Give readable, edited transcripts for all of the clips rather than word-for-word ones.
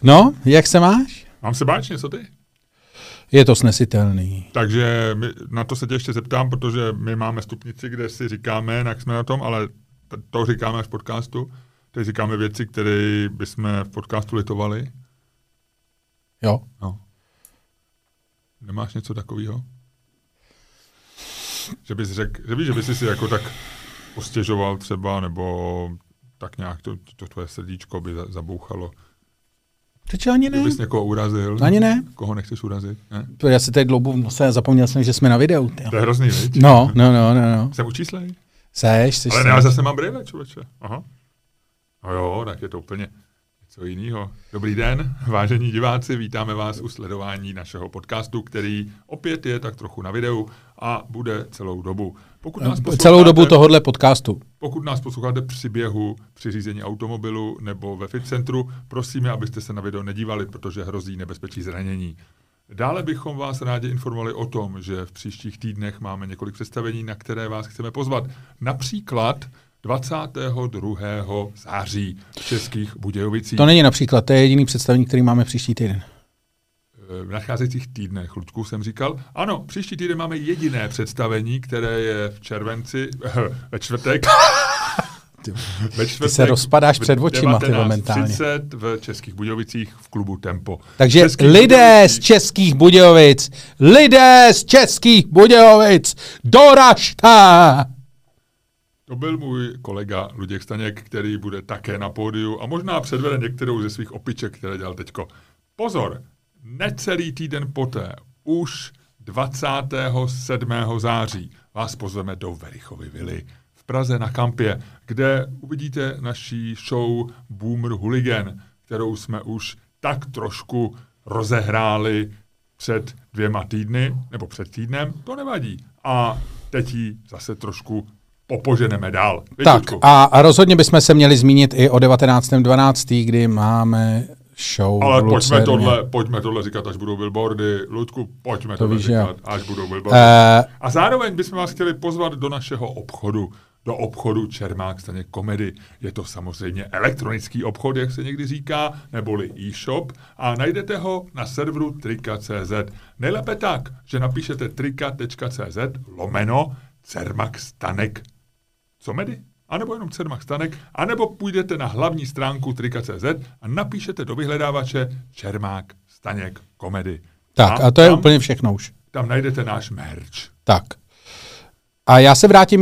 No, jak se máš? Mám se báčně, co ty? Je to snesitelný. Takže na to se tě ještě zeptám, protože my máme stupnici, kde si říkáme, jak jsme na tom, ale to říkáme až v podcastu. Teď říkáme věci, které bychom v podcastu litovali. Jo. No. Nemáš něco takového? Že bys řekl, že bys si jako tak postěžoval třeba, nebo tak nějak to tvoje srdíčko by zabouchalo. Teď ani ne. Kdybys někoho urazil. Ani ne. Koho nechceš urazit? Ne? Já si teď dlouho v nose zapomněl jsem, že jsme na videu. Tyjo. To je hrozný, viď? No. Jsem učíslej? Seš. Ale já zase mám brýle, člověče. Aha. No jo, tak je to úplně něco jiného. Dobrý den, vážení diváci, vítáme vás u sledování našeho podcastu, který opět je tak trochu na videu a bude celou dobu. Celou dobu tohohle podcastu. Pokud nás posloucháte při běhu, při řízení automobilu nebo ve fit centru, prosíme, abyste se na video nedívali, protože hrozí nebezpečí zranění. Dále bychom vás rádi informovali o tom, že v příštích týdnech máme několik představení, na které vás chceme pozvat. Například 22. září v Českých Budějovicích. To není například, to je jediný představení, který máme příští týden. V nadcházejících týdnech, Luďku, jsem říkal. Ano, příští týden máme jediné představení, které je v červenci, ve čtvrtek. Ty se rozpadáš před očima, ty momentálně. 19:30 v Českých Budějovicích v klubu Tempo. Takže lidé z Českých Budějovic, doražte! To byl můj kolega Luděk Staněk, který bude také na pódiu a možná předvede některou ze svých opiček, které dělal teďko. Pozor, necelý týden poté, už 27. září, vás pozveme do Verichovy vily v Praze na Kampě, kde uvidíte naší show Boomer Hooligan, kterou jsme už tak trošku rozehráli před 2 týdny, nebo před týdnem, to nevadí. A teď ji zase trošku popoženeme dál. Tak a rozhodně bychom se měli zmínit i o 19.12., kdy máme show. Ale pojďme tohle říkat, až budou billboardy. Ludku, pojďme to říkat, až budou billboardy. A zároveň bychom vás chtěli pozvat do našeho obchodu, do obchodu Čermák Staněk Komedy. Je to samozřejmě elektronický obchod, jak se někdy říká, neboli e-shop a najdete ho na serveru trika.cz. Nejlépe tak, že napíšete trika.cz/Cermak Stanek Komedy, anebo jenom Cermak Stanek, anebo půjdete na hlavní stránku trika.cz a napíšete do vyhledávače Čermák Staněk Komedy. Tak a to je úplně všechno už. Tam najdete náš merch. Tak. A já se vrátím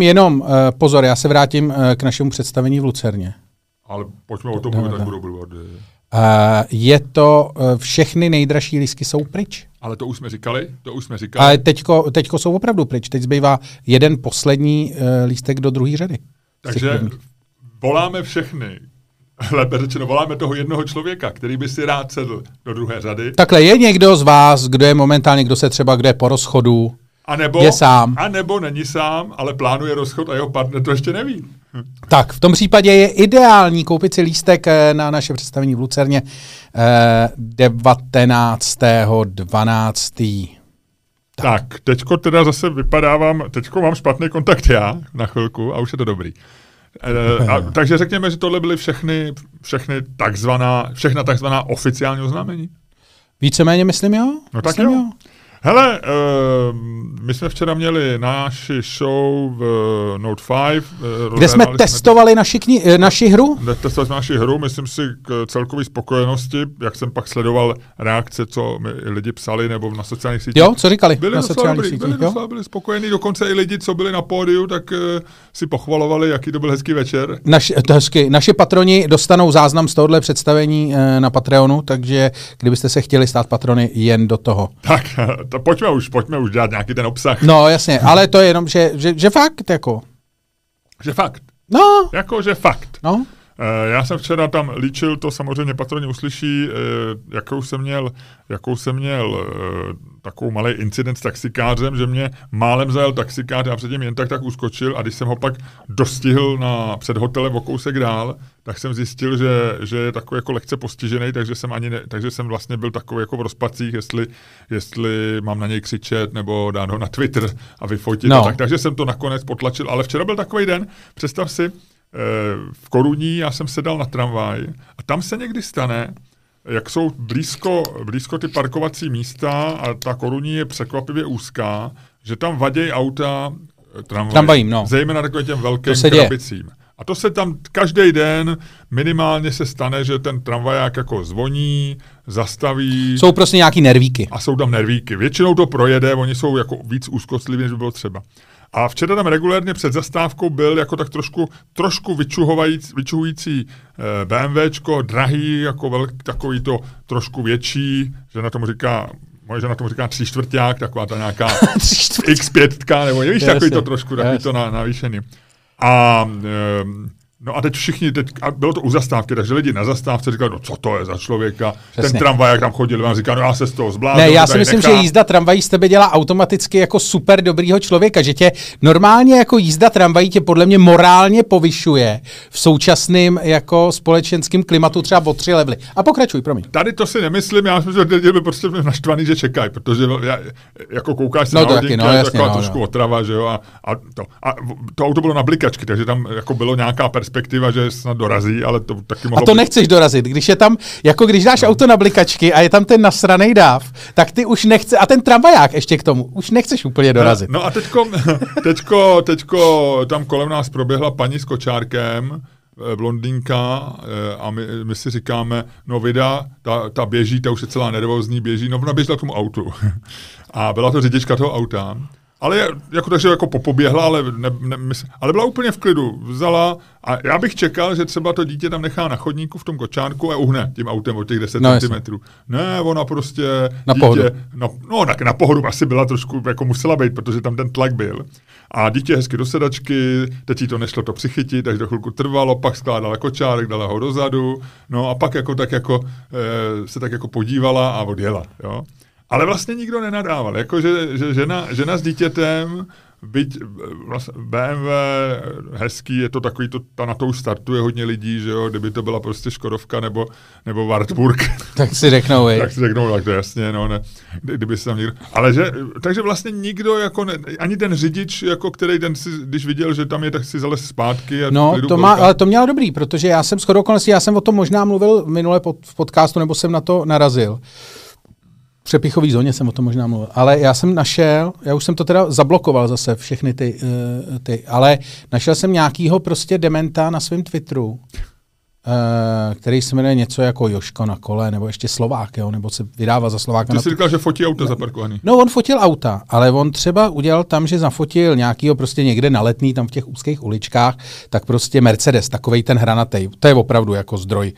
k našemu představení v Lucerně. Ale pojďme o tom mluvit, tak budou billboardy. Je to, všechny nejdražší lístky jsou pryč. Ale to už jsme říkali. Ale teďko jsou opravdu pryč. Teď zbývá jeden poslední lístek do druhé řady. Takže voláme všechny. Lépe řečeno, voláme toho jednoho člověka, který by si rád sedl do druhé řady. Takhle, je někdo z vás, kdo je momentálně, kdo je po rozchodu, je sám. A nebo není sám, ale plánuje rozchod a jeho partner to ještě neví. Tak, v tom případě je ideální koupit si lístek na naše představení v Lucerně 19.12. Tak, teďko teda zase teďko mám špatný kontakt já na chvilku a už je to dobrý. Takže řekněme, že tohle byly všechna takzvaná oficiální oznámení. Víceméně myslím jo. No tak jo. Hele, my jsme včera měli naši show v Note 5. Kde jsme testovali naši hru? Testovali jsme naši hru, myslím si k celkové spokojenosti, jak jsem pak sledoval reakce, co mi lidi psali nebo na sociálních sítích. Jo, co říkali byli na sociálních sítích? Byli spokojení, dokonce i lidi, co byli na pódiu, tak si pochvalovali, jaký to byl hezký večer. Naši patroni dostanou záznam z tohohle představení na Patreonu, takže kdybyste se chtěli stát patrony, jen do toho. Tak, pojďme už dělat nějaký ten obsah. No jasně, ale to je jenom, že fakt jako. Že fakt. No. Jako, že fakt. No. Já jsem včera tam líčil, to samozřejmě patroni uslyší, jakou jsem měl takovou malý incident s taxikářem, že mě málem zajel taxikář a předtím jen tak uskočil a když jsem ho pak dostihl před hotelem o kousek dál, tak jsem zjistil, že je takový jako lehce postižený, takže jsem vlastně byl takový jako v rozpacích, jestli mám na něj křičet nebo dát ho na Twitter a vyfotit. No. Takže jsem to nakonec potlačil, ale včera byl takový den, představ si, v Koruní já jsem sedal na tramvaj a tam se někdy stane, jak jsou blízko ty parkovací místa a ta Korunní je překvapivě úzká, že tam vadějí auta tramvajím, no. Zejména takovým těm velkým krabicím. A to se tam každý den minimálně se stane, že ten tramvaják jako zvoní, zastaví. Jsou prostě nějaký nervíky. A jsou tam nervíky. Většinou to projede, oni jsou jako víc úzkostliví, než by bylo třeba. A včera tam regulérně před zastávkou byl jako tak trošku vyčuhující BMWčko, drahý, jako takový to trošku větší, že na tomu říká, moje žena tomu říká 3/4, taková ta nějaká X5, nebo víš, takový to trošku, takový to navýšený. No a teď všichni, a bylo to u zastávky, takže lidi na zastávce říkali, no co to je za člověka, přesně. Ten tramvaj, jak tam chodil, vám říká, no já se z toho zbláznil. Ne, já si myslím, že jízda tramvají z tebe dělá automaticky jako super dobrýho člověka, že tě normálně jako jízda tramvají tě podle mě morálně povyšuje v současném jako společenském klimatu třeba o 3 levely. A pokračuj, promiň. Tady to si nemyslím, já myslím, že lidi by prostě naštvaný, že čekají, protože jako koukáš se na hodinky, to je taková trošku otrava, že jo, a to auto bylo na blikačky, takže tam jako bylo nějaká perspektiva, že snad dorazí, ale to taky mohlo. A to nechceš dorazit, když je tam, jako když dáš auto na blikačky a je tam ten nasranej dáv, tak ty už nechce, a ten tramvaják ještě k tomu, už nechceš úplně dorazit. No a teďko tam kolem nás proběhla paní s kočárkem, blondýnka, a my si říkáme, no vida, ta běží, ta už je celá nervózní, běží, no ona běžela k tomu autu. A byla to řidička toho auta. Ale takže popoběhla, ale byla úplně v klidu. Vzala a já bych čekal, že třeba to dítě tam nechá na chodníku v tom kočárku a uhne tím autem od těch 10 cm. Ne, ona prostě na pohodu. No tak na pohodu asi byla trošku, jako musela být, protože tam ten tlak byl. A dítě hezky do sedačky, teď jí to nešlo to přichytit, takže to chvilku trvalo, pak skládala kočárek, dala ho dozadu, no a pak se tak jako podívala a odjela, jo. Ale vlastně nikdo nenadával, jako že žena s dítětem, byť BMW hezký, je to takový, na to už startuje hodně lidí, že jo, kdyby to byla prostě Škodovka nebo Wartburg. Tak si řeknou, tak to jasně, no, ne, kdyby se tam někdo, ale takže vlastně nikdo, jako ani ten řidič, jako který ten si, když viděl, že tam je, tak si zalez zpátky. A no, ale to mělo dobrý, protože já jsem shodou okolností, já jsem o tom možná mluvil minule v podcastu, nebo jsem na to narazil. V přepichový zóně jsem o tom možná mluvil, ale já jsem našel, já už jsem to teda zablokoval zase všechny ty, ale našel jsem nějakýho prostě dementa na svém Twitteru, který se jmenuje něco jako Joško na kole, nebo ještě Slovák, jo, nebo se vydává za Slováka. Ty jsi říkal, že fotí auta zaparkovaný. No, on fotil auta, ale on třeba udělal tam, že zafotil nějakýho prostě někde na Letný, tam v těch úzkých uličkách, tak prostě Mercedes, takovej ten hranatej, to je opravdu jako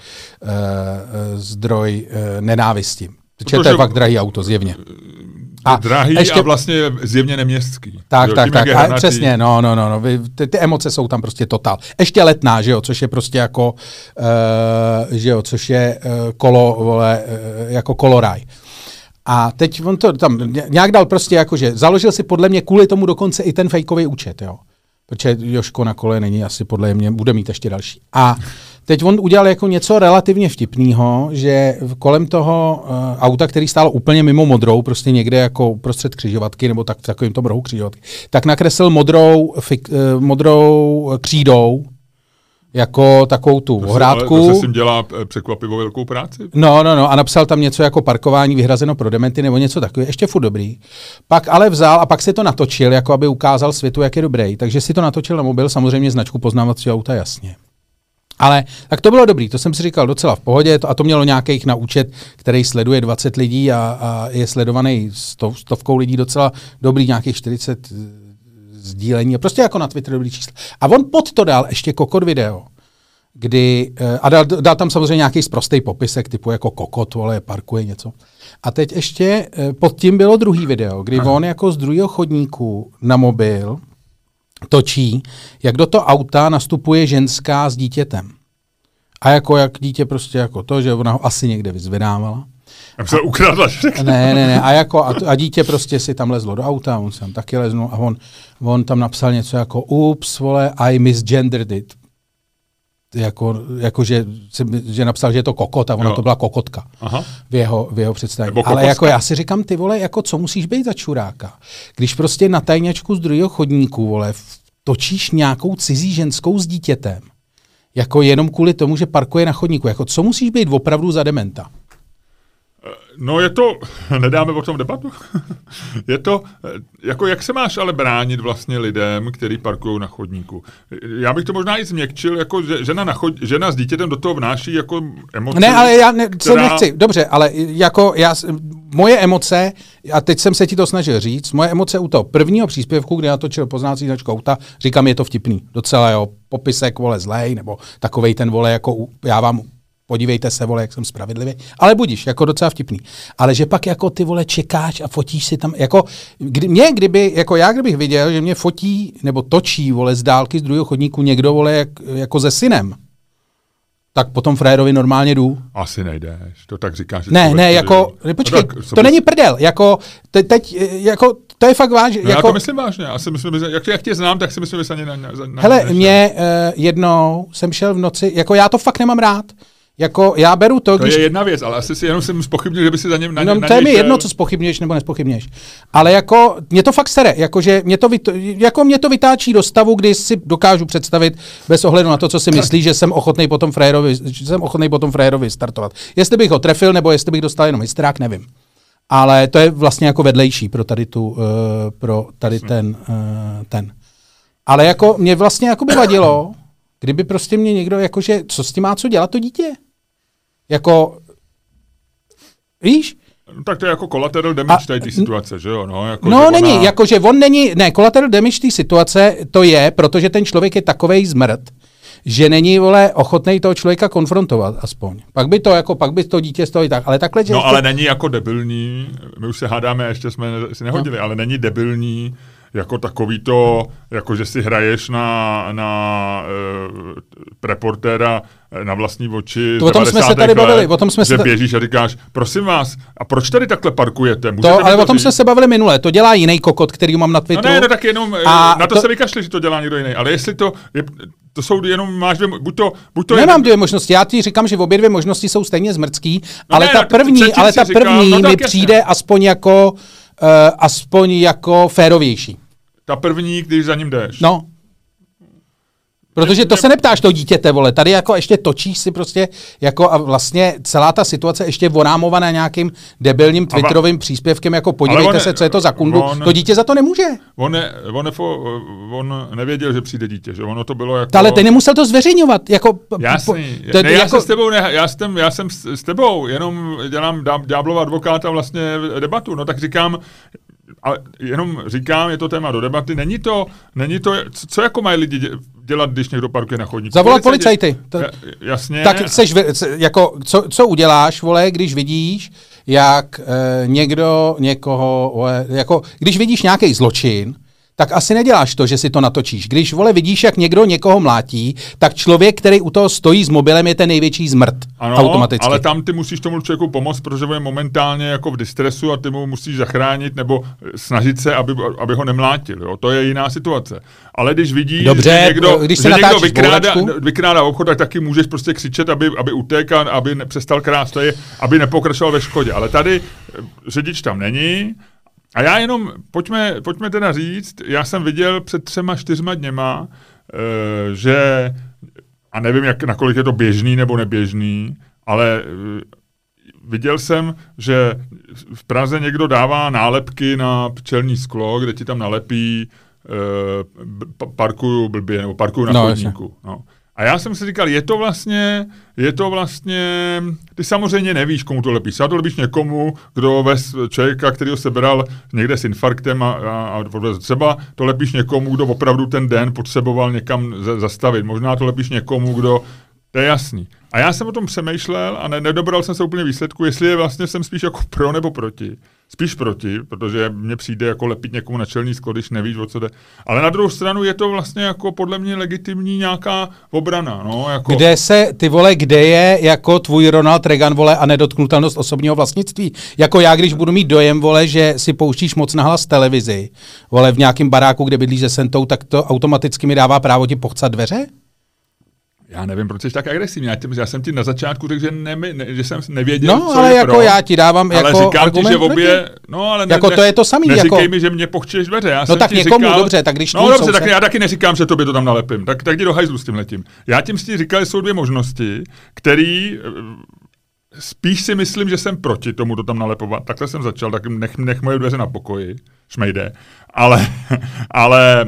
zdroj nenávisti. Protože to je fakt drahý auto, zjevně. Drahý ještě, a vlastně zjevně neměstský. Tak. A přesně, no. Ty emoce jsou tam prostě totál. Ještě Letná, že jo, což je prostě jako, že jo, což je jako koloraj. A teď on to tam nějak dal prostě jako, že založil si podle mě kvůli tomu dokonce i ten fejkový účet, jo. Protože Joško na kole není asi podle mě, bude mít ještě další. A teď on udělal jako něco relativně vtipného, že kolem toho auta, který stálo úplně mimo Modrou, prostě někde jako prostřed křižovatky, nebo tak v takovém tom rohu křižovatky, tak nakreslil modrou křídou, jako takovou tu ohrádku. To se s tím dělá překvapivou velkou práci. No, a napsal tam něco jako parkování vyhrazeno pro dementy, nebo něco takové, ještě furt dobrý. Pak ale vzal a pak si to natočil, jako aby ukázal světu, jak je dobrý. Takže si to natočil na mobil, samozřejmě značku poznávacího auta, jasně. Ale tak to bylo dobrý, to jsem si říkal docela v pohodě, a to mělo nějakých na účet, který sleduje 20 lidí a je sledovaný stovkou lidí docela dobrý, nějakých 40 sdílení, prostě jako na Twitter dobrý číslo. A on pod to dal ještě kokot video, kdy, a dal tam samozřejmě nějaký sprostej popisek, typu jako kokot, vole, parkuje něco. A teď ještě pod tím bylo druhý video, kdy on jako z druhého chodníku na mobil točí, jak do toho auta nastupuje ženská s dítětem. A jako jak dítě prostě jako to, že ona ho asi někde vyzvedávala. Já se ukradla. Ne. A dítě prostě si tam lezlo do auta, on si tam taky leznul a on tam napsal něco jako ups, vole, I misgendered it. Jako že napsal, že je to kokot a ona to byla kokotka. Aha. v jeho představení. Ale jako já si říkám, ty vole, jako co musíš být za čuráka? Když prostě na tajňačku z druhého chodníku, vole, točíš nějakou cizí ženskou s dítětem, jako jenom kvůli tomu, že parkuje na chodníku. Jako co musíš být opravdu za dementa? No je to, nedáme o tom debatu, je to, jako jak se máš ale bránit vlastně lidem, kteří parkují na chodníku. Já bych to možná i změkčil, jako žena s dítětem do toho vnáší jako emoce. Ne, ale já nechci, dobře, ale jako moje emoce, a teď jsem se ti to snažil říct, moje emoce u toho prvního příspěvku, kdy natočil poznávací značku auta, říkám, je to vtipný, docela jo, popisek, vole, zlej, nebo takovej ten, vole, jako já vám podívejte se, vole, jak jsem spravedlivý, ale budíš, jako docela vtipný. Ale že pak jako ty, vole, čekáš a fotíš si tam, jako kdybych viděl, že mě fotí nebo točí, vole, z dálky z druhého chodníku někdo, vole, jako se synem, tak potom frajerovi normálně jdu. Asi nejdeš, to tak říkáš. Ne, jako, počkej, no to není prdel, jako, teď, jako, to je fakt vážně. No jako, já to myslím vážně, já si myslím, jak tě znám, tak si myslím, že se ani na hele, mě jednou jsem šel v noci, jako já to fakt nemám rád, jako já beru to, když... je jedna věc, ale asi si jenom jsem zpochybnil, že by si za něm to je mi jedno, co zpochybňuješ nebo nespochybňuješ. Ale jako mě to fakt sere, jakože mě to vytáčí do stavu, kdy si dokážu představit bez ohledu na to, co si myslí, že jsem ochotnej potom frajerovi startovat. Jestli bych ho trefil nebo jestli bych dostal jenom hysterák, nevím. Ale to je vlastně jako vedlejší pro tady ten. Ale jako mě vlastně jako by vadilo, kdyby prostě mě někdo, jakože, co s tím má co dělat to dítě? Jako, víš? No, tak to je jako collateral damage tady té situace, že jo? Není, jakože on není, collateral damage té situace to je, protože ten člověk je takovej zmrt, že není, vole, ochotnej toho člověka konfrontovat aspoň. Pak by to dítě stojí tak, ale takhle... No ale není jako debilní, my už se hádáme, ještě jsme si nehodili, ale není debilní, jako takový to, jako že si hraješ na reportéra na vlastní oči. O tom jsme se tady bavili. Že běžíš a říkáš, prosím vás, a proč tady takhle parkujete? Ale o tom jsme se bavili minule. To dělá jiný kokot, který mám na Twitteru. No tak jenom, na to se vykašli, že to dělá někdo jiný. Ale jestli to jsou jenom, máš buď to nemám dvě možnosti. Já ti říkám, že obě dvě možnosti jsou stejně zmrtký, ale ta první mi přijde aspoň jako férovější. Ta první, když za ním jdeš. No. Protože to se neptáš toho dítěte, vole. Tady jako ještě točíš si prostě jako a vlastně celá ta situace ještě vonámovaná nějakým debilním twitterovým příspěvkem, jako podívejte se, co je to za kundu. To dítě za to nemůže. On nevěděl, že přijde dítě, že ono to bylo jako... Ale ty nemusel to zveřejňovat, jako... Jasný. Já jsem s tebou, jenom dělám ďáblova advokáta vlastně debatu, no tak říkám, ale jenom říkám, je to téma do debaty, není to, co jako mají lidi dělat, když někdo parkuje na chodníku? Zavolat policajty. Jasně. Tak jako, co uděláš, vole, když vidíš, jak někdo někoho, vole, jako, když vidíš nějaký zločin, tak asi neděláš to, že si to natočíš. Když, vole, vidíš, jak někdo někoho mlátí, tak člověk, který u toho stojí s mobilem, je ten největší zmrt. Ano, automaticky. Ale tam ty musíš tomu člověku pomoct, protože je momentálně jako v distresu a ty mu musíš zachránit nebo snažit se, aby ho nemlátil. Jo? To je jiná situace. Ale když vidíš, dobře, že někdo vykrádá obchod, tak taky můžeš prostě křičet, aby utekl, aby přestal krást, aby nepokračoval ve škodě. Ale tady řidič tam není. A já jenom, pojďme teda říct, já jsem viděl před 3-4 dněma, že, a nevím, nakolik je to běžný nebo neběžný, ale viděl jsem, že v Praze někdo dává nálepky na čelní sklo, kde ti tam nalepí parkuju blbě, nebo parkuju na chodníku. No. A já jsem si říkal, je to vlastně, ty samozřejmě nevíš, komu to lepíš. Já to lepíš někomu, kdo člověka, kterýho sebral někde s infarktem a třeba to lepíš někomu, kdo opravdu ten den potřeboval někam zastavit. Možná to lepíš někomu, kdo, to je jasný. A já jsem o tom přemýšlel a nedobral jsem se úplně výsledku, jestli je vlastně jsem spíš jako pro nebo proti. Spíš proti, protože mně přijde jako lepit někomu na čelní sklo, když nevíš, o co jde. Ale na druhou stranu je to vlastně jako podle mě legitimní nějaká obrana. No, jako... Kde je jako tvůj Ronald Reagan, vole, a nedotknutelnost osobního vlastnictví? Jako já, když budu mít dojem, vole, že si pouštíš moc nahlas televizi, vole, v nějakém baráku, kde bydlíš se Sentou, tak to automaticky mi dává právo ti pochcat dveře? Já nevím, proč jsi tak agresivní. Já jsem ti na začátku řekl, že jsem nevěděl, co ale je jako pro. Já ti dávám ale jako říkám ti, že obě... No, ale jako to je to samý. Neříkej jako... mi, že mě pochčeš dveře. Já no tak někomu, dobře, tak když no dobře, tak já taky neříkám, že tobě to tam nalepím. Tak jdi do hajzlu s tímhletím. Já tím si říkal, že jsou dvě možnosti, který spíš si myslím, že jsem proti tomu to tam nalepovat. Takhle jsem začal, tak nech moje dveře na pokoji, šmejde. Ale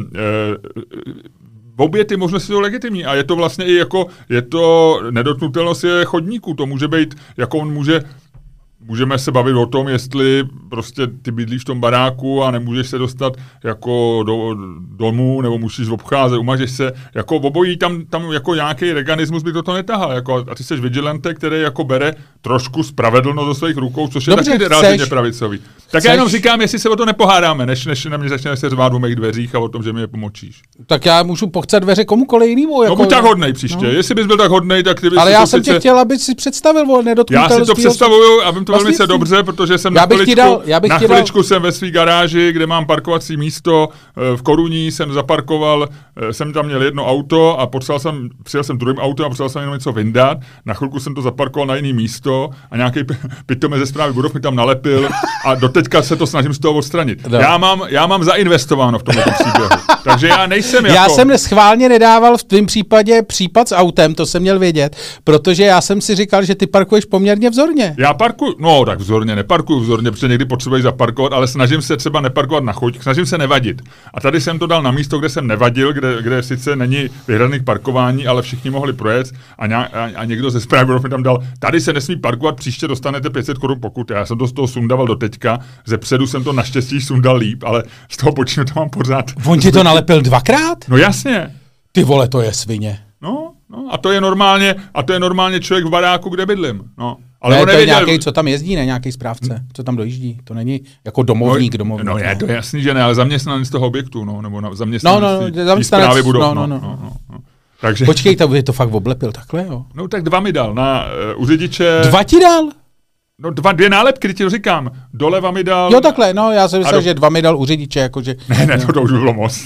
obě ty možnosti jsou legitimní a je to vlastně i jako, je to nedotknutelnost je chodníků, to může být, jako on můžeme se bavit o tom, jestli prostě ty bydlíš v tom baráku a nemůžeš se dostat jako do domu, nebo musíš obcházet, umažeš se, jako obojí tam jako nějaký organismus by to netahal, jako a ty jsi vigilante, který jako bere trošku spravedlnost do svých rukou, což je taky relativně pravicový. Tak já jenom říkám, jestli se o to nepohádáme, než na mě začne se řvát o mých dveřích a o tom, že mi je pomočíš. Tak já můžu pochcat dveře komukoliv jinému. Jako, no buď tak hodnej příště, jestli bys byl tak hodnej, tak ty bys. Ale já jsem tě chtěl, aby si představil nedotknutelnost. Já si to představuju a vím to velice dobře, protože jsem na chviličku jsem ve své garáži, kde mám parkovací místo v Koruní, jsem zaparkoval, jsem tam měl jedno auto a přijel jsem druhým autem a potřeboval jsem jenom něco vyndat. Na chvilku jsem to zaparkoval na jiné místo a nějaký pitomec ze správy budov mi tam nalepil a doteďka se to snažím z toho odstranit. No. Já mám zainvestováno v tomto příběhu. Takže já nejsem jako... Já jsem schválně nedával v tvém případě případ s autem, to jsem měl vědět, protože já jsem si říkal, že ty parkuješ poměrně vzorně. Já parkuju, no tak vzorně, neparkuju vzorně, protože někdy potřebuji zaparkovat, ale snažím se třeba neparkovat na chodník, snažím se nevadit. A tady jsem to dal na místo, kde jsem nevadil, kde sice není vyhraných parkování, ale všichni mohli projet a někdo ze správy mi tam dal, tady se nesmí parkovat, příště dostanete 500 Kč pokuty. Já jsem to z toho sundaval doteďka, ze předu jsem to naštěstí sundal líp, ale z toho počinu to mám pořád. On ti to nalepil dvakrát? No jasně. Ty vole, to je svině. No, a to je normálně člověk v baráku, kde bydlím. No. Ale ne, to je nějaký, co tam jezdí, ne nějaký správce, co tam dojíždí. To není jako domovník. No je to jasný, že ne, ale zaměstnanec toho objektu, nebo zaměstnanec správy budov. No. Takže... Počkej, to fakt oblepil takhle, jo? No tak 2 mi dal u řidiče. 2 ti dal? No 2 nálepky, ti to říkám. Doleva mi dal. Jo takhle, no já jsem myslel, že 2 mi dal u řidiče, jakože. Ne, to už bylo moc.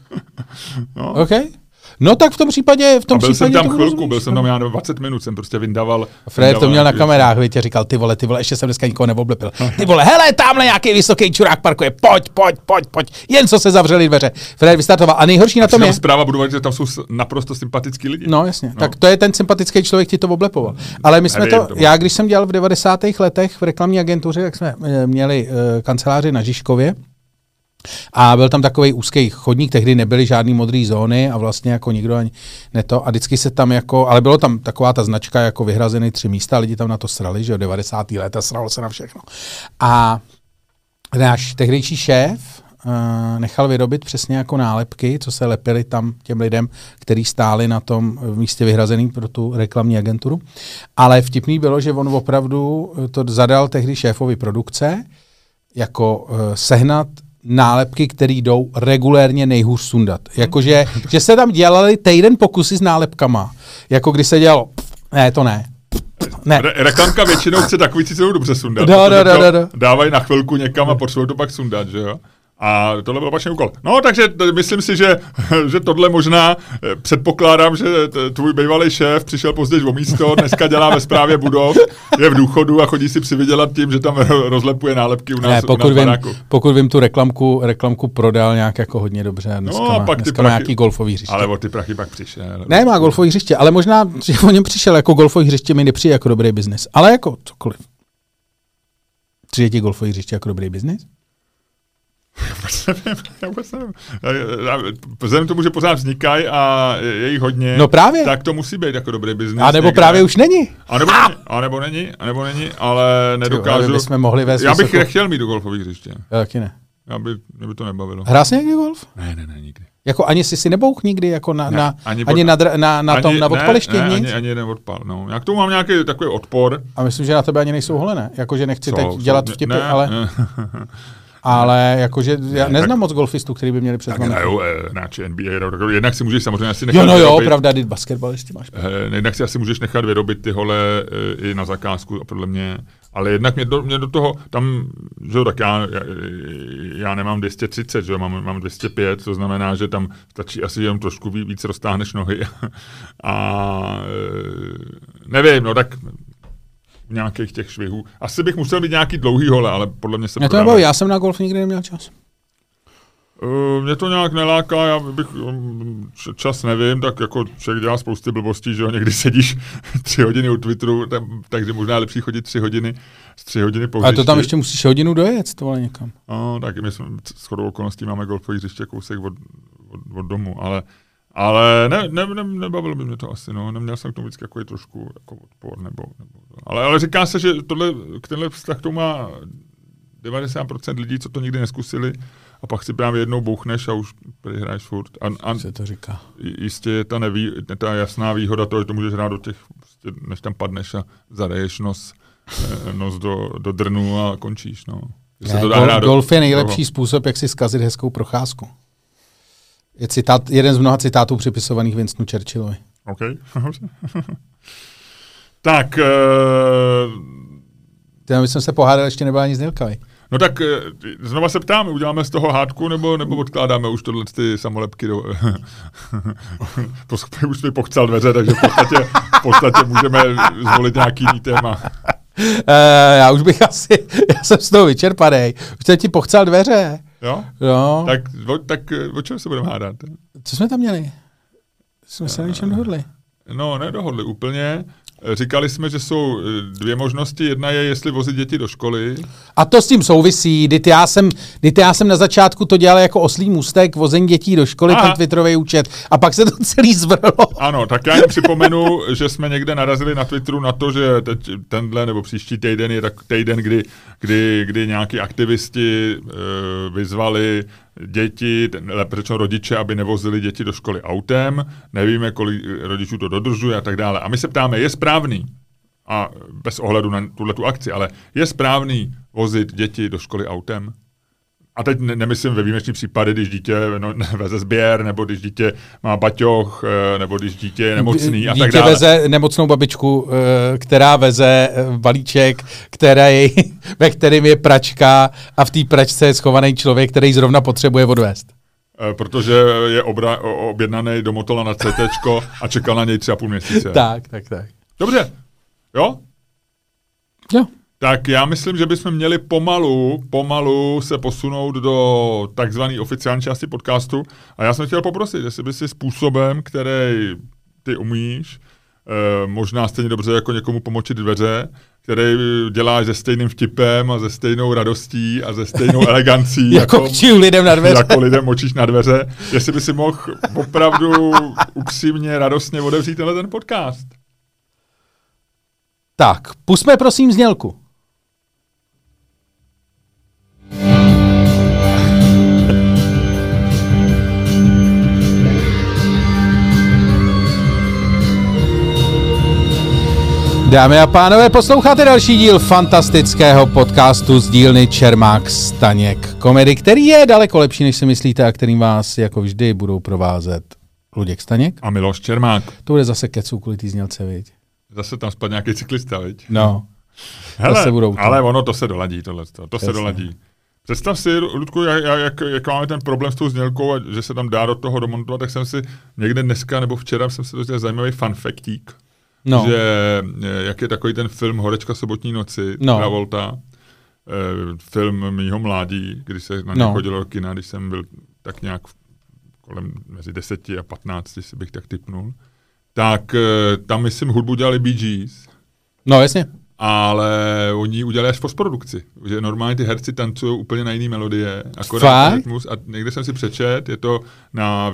No. Okay. No tak v tom případě byl jsem tam chvilku, byl jsem tam já 20 minut, jsem prostě vyndával. Fred to měl na kamerách, víte, říkal, ty vole, ještě jsem dneska nikoho neoblepil. Ty vole, hele, tamhle nějaký vysoký čurák parkuje, pojď, jen co se zavřely dveře. Fred vystartoval. A nejhorší na tom je. Zpráva budovat, že tam jsou naprosto sympatický lidi. No jasně, tak to je ten sympatický člověk, ti to oblepoval. Ale my jsme já když jsem dělal v 90. letech v reklamní agentuře, tak jsme měli kanceláři na Žižkově. A byl tam takový úzký chodník, tehdy nebyly žádný modré zóny a vlastně jako nikdo ani neto. A vždycky se tam jako, ale bylo tam taková ta značka jako vyhrazený 3 místa, lidi tam na to srali, že jo, 90. léta sralo se na všechno. A náš tehdejší šéf nechal vyrobit přesně jako nálepky, co se lepily tam těm lidem, kteří stáli na tom místě vyhrazeným pro tu reklamní agenturu. Ale vtipný bylo, že on opravdu to zadal tehdy šéfovi produkce, jako sehnat nálepky, které jdou regulérně nejhůř sundat. Jakože, že se tam dělali týden pokusy s nálepkama. Jako když se dělalo, ne. Reklamka většinou chce takový si dobře sundat. Dávají na chvilku někam a potřebují to pak sundat, že jo? A tohle byl opačný úkol. No, takže myslím si, že tohle možná předpokládám, že tvůj bývalý šéf přišel později o místo, dneska dělá ve správě budov, je v důchodu a chodí si přivydělat tím, že tam rozlepuje nálepky u nás v baráku. Pokud vím, tu reklamku prodal nějak jako hodně dobře. Dneska má nějaký golfový hřiště. Ale o ty prachy pak přišel. Ne, má golfový hřiště, ale možná, že o něm přišel jako golfový hřiště, mi nepřijde jako dobrý biznis. Ale jako cokoliv. Přijde ti golfový hřiště jako dobrý biznis? Já vůbec nevím. Vzhledem tomu, že pořád vznikají a je jich hodně, no právě. Tak to musí být jako dobrý biznis. A nebo právě už není. A nebo není, ale nedokážu. Já bych nechtěl mít do golfových hřiště. Já taky ne. Mě by to nebavilo. Hrál jsi někdy golf? Ne, nikdy. Jako ani si nebouch nikdy, jako na odpališti? Ani jeden odpal. No. Já k tomu mám nějaký takový odpor. A myslím, že na tebe ani nejsou holené. Jakože nechci teď dělat vtipy, ale... Ale jakože já neznám moc golfistů, kteří by měli před námi. Hráči NBA, jednak si můžeš samozřejmě asi nechat vyrobit. Jo, pravda, ty basketbalisti máš. Jednak si asi můžeš nechat vyrobit ty hole i na zakázku, podle mě. Ale jednak mě do toho, tam, že tak já nemám 230, že mám 205, to znamená, že tam stačí asi jenom trošku víc roztáhneš nohy. A nevím, no tak... nějakých těch švihů. Asi bych musel mít nějaký dlouhý hole, ale podle mě se já jsem na golf nikdy neměl čas. Mě to nějak neláká, já bych čas nevím, tak jako člověk dělá spousty blbostí, že jo, někdy sedíš 3 hodiny u Twitteru, takže možná je lepší chodit 3 hodiny z 3 hodiny po hřišti. Ale to tam ještě musíš hodinu dojet, to vole někam. No, tak my jsme shodou okolností máme golfové hřiště kousek od domu, ale nebavilo by mě to asi, no, neměl jsem k tomu vždycky jako trošku jako odpor, nebo ale říká se, že tenhle vztah to má 90% lidí, co to nikdy neskusili, a pak si právě jednou bouchneš a už hraješ furt. A se to říká. Jistě je ta jasná výhoda toho, že to můžeš hrát do těch, prostě, než tam padneš a zadeješ nos do drnu a končíš. No. Golf je nejlepší způsob, jak si zkazit hezkou procházku. Je jeden z mnoha citátů připisovaných Winstonu Churchillovi. OK. Tak. My jsme se pohádali, ještě nebyla nic nilkavý. No tak znova se ptám, uděláme z toho hádku, nebo odkládáme už tohle ty samolepky do... Už mi pochcel dveře, takže v podstatě můžeme zvolit nějaký jiný téma. Já už bych já jsem z toho vyčerpanej. Už jsem ti pochcel dveře. Jo? No. Tak o čem se budeme hádat? Co jsme tam měli? Jsme se na něčem dohodli. No, nedohodli úplně. Říkali jsme, že jsou 2 možnosti. Jedna je, jestli vozit děti do školy. A to s tím souvisí. Kdy já jsem na začátku to dělal jako oslý můstek, vození dětí do školy, ten Twitterový účet. A pak se to celý zvrlo. Ano, tak já jen připomenu, že jsme někde narazili na Twitteru na to, že teď tenhle nebo příští týden je tak týden, kdy nějaký aktivisti vyzvali děti, lépe řečeno rodiče, aby nevozili děti do školy autem. Nevíme, kolik rodičů to dodržuje a tak dále. A my se ptáme, je správný, a bez ohledu na tuhletu akci, ale je správný vozit děti do školy autem? A teď nemyslím ve výjimečných případech, když dítě veze sběr, nebo když dítě má baťoch, nebo když dítě je nemocný a tak dále. Dítě veze nemocnou babičku, která veze balíček, ve kterém je pračka a v té pračce je schovaný člověk, který zrovna potřebuje odvést. Protože je objednaný do Motola na CTčko a čekal na něj 3,5 měsíce. Tak. Dobře. Jo? Jo. Tak já myslím, že bychom měli pomalu se posunout do takzvané oficiální části podcastu. A já jsem chtěl poprosit, jestli by si způsobem, který ty umíš, možná stejně dobře jako někomu pomočit dveře, který děláš se stejným vtipem a se stejnou radostí a se stejnou elegancí. jako lidem na dveře. Jako lidem močíš na dveře. Jestli by si mohl opravdu upřímně, radostně otevřít ten podcast. Tak, pusťme prosím znělku. Dámy a pánové, posloucháte další díl fantastického podcastu z dílny Čermák Staněk Komedy, který je daleko lepší, než si myslíte, a kterým vás jako vždy budou provázet Luděk Staněk a Miloš Čermák. To bude zase keců kvůli tý znělce, viď? Zase tam spadne nějaký cyklista, viď? No. Hele, ale ono to se doladí, to se doladí. Představ si, Ludku, jak máme ten problém s tou znělkou a že se tam dá do toho domontovat, tak jsem si někde dneska nebo včera jsem se dozvěděl zajímavý fun factík. No. Že jak je takový ten film Horečka sobotní noci, Travolta, film mýho mládí, když se na něj chodilo do kina, když jsem byl tak nějak kolem mezi 10 a 15, si bych tak tipnul, tak tam myslím hudbu dělali Bee Gees. No jasně. Ale oni udělali až v postprodukci, že normálně ty herci tancují úplně na jiný melodie, akorát rytmus, a někde jsem si přečet, je to na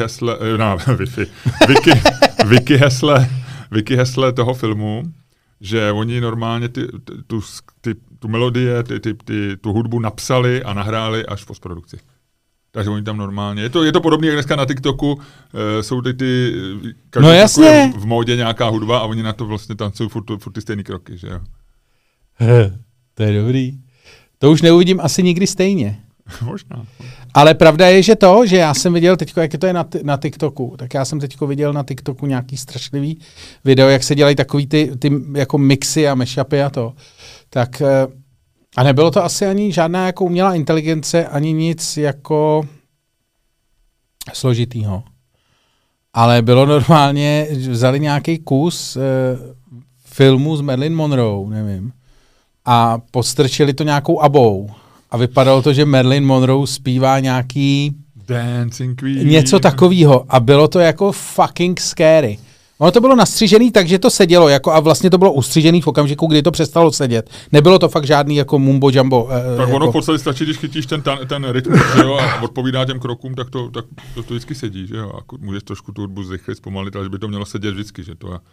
Wiki hesle toho filmu, že oni normálně tu melodie, tu hudbu napsali a nahráli až v postprodukci. Takže oni tam normálně, je to podobné, jak dneska na TikToku jsou ty no jasně. V módě nějaká hudba a oni na to vlastně tancují furt ty stejný kroky, že jo. To je dobrý. To už neuvidím asi nikdy stejně. Možná. Ale pravda je, že já jsem viděl teďko, jak je to je na TikToku, tak já jsem teďko viděl na TikToku nějaký strašlivý video, jak se dělají takový ty jako mixy a mashupy a to. Tak a nebylo to asi ani žádná jako umělá inteligence, ani nic jako složitýho. Ale bylo normálně, vzali nějaký kus filmu s Marilyn Monroe, nevím, a podstrčili to nějakou abou. a vypadalo to, že Marilyn Monroe zpívá nějaký Dancing Queen. Něco takového a bylo to jako fucking scary. Ono to bylo nastřížený tak, že to sedělo jako a vlastně to bylo ustřížený v okamžiku, kdy to přestalo sedět. Nebylo to fakt žádný jako mumbo jumbo. Tak jako... ono v podstatě stačí, když chytíš ten rytmus, že jo, a odpovídá těm krokům, tak to vždycky sedí, že jo. A můžeš trošku tu hudbu zrychlit, zpomalit, ale by to mělo sedět vždycky, že to je.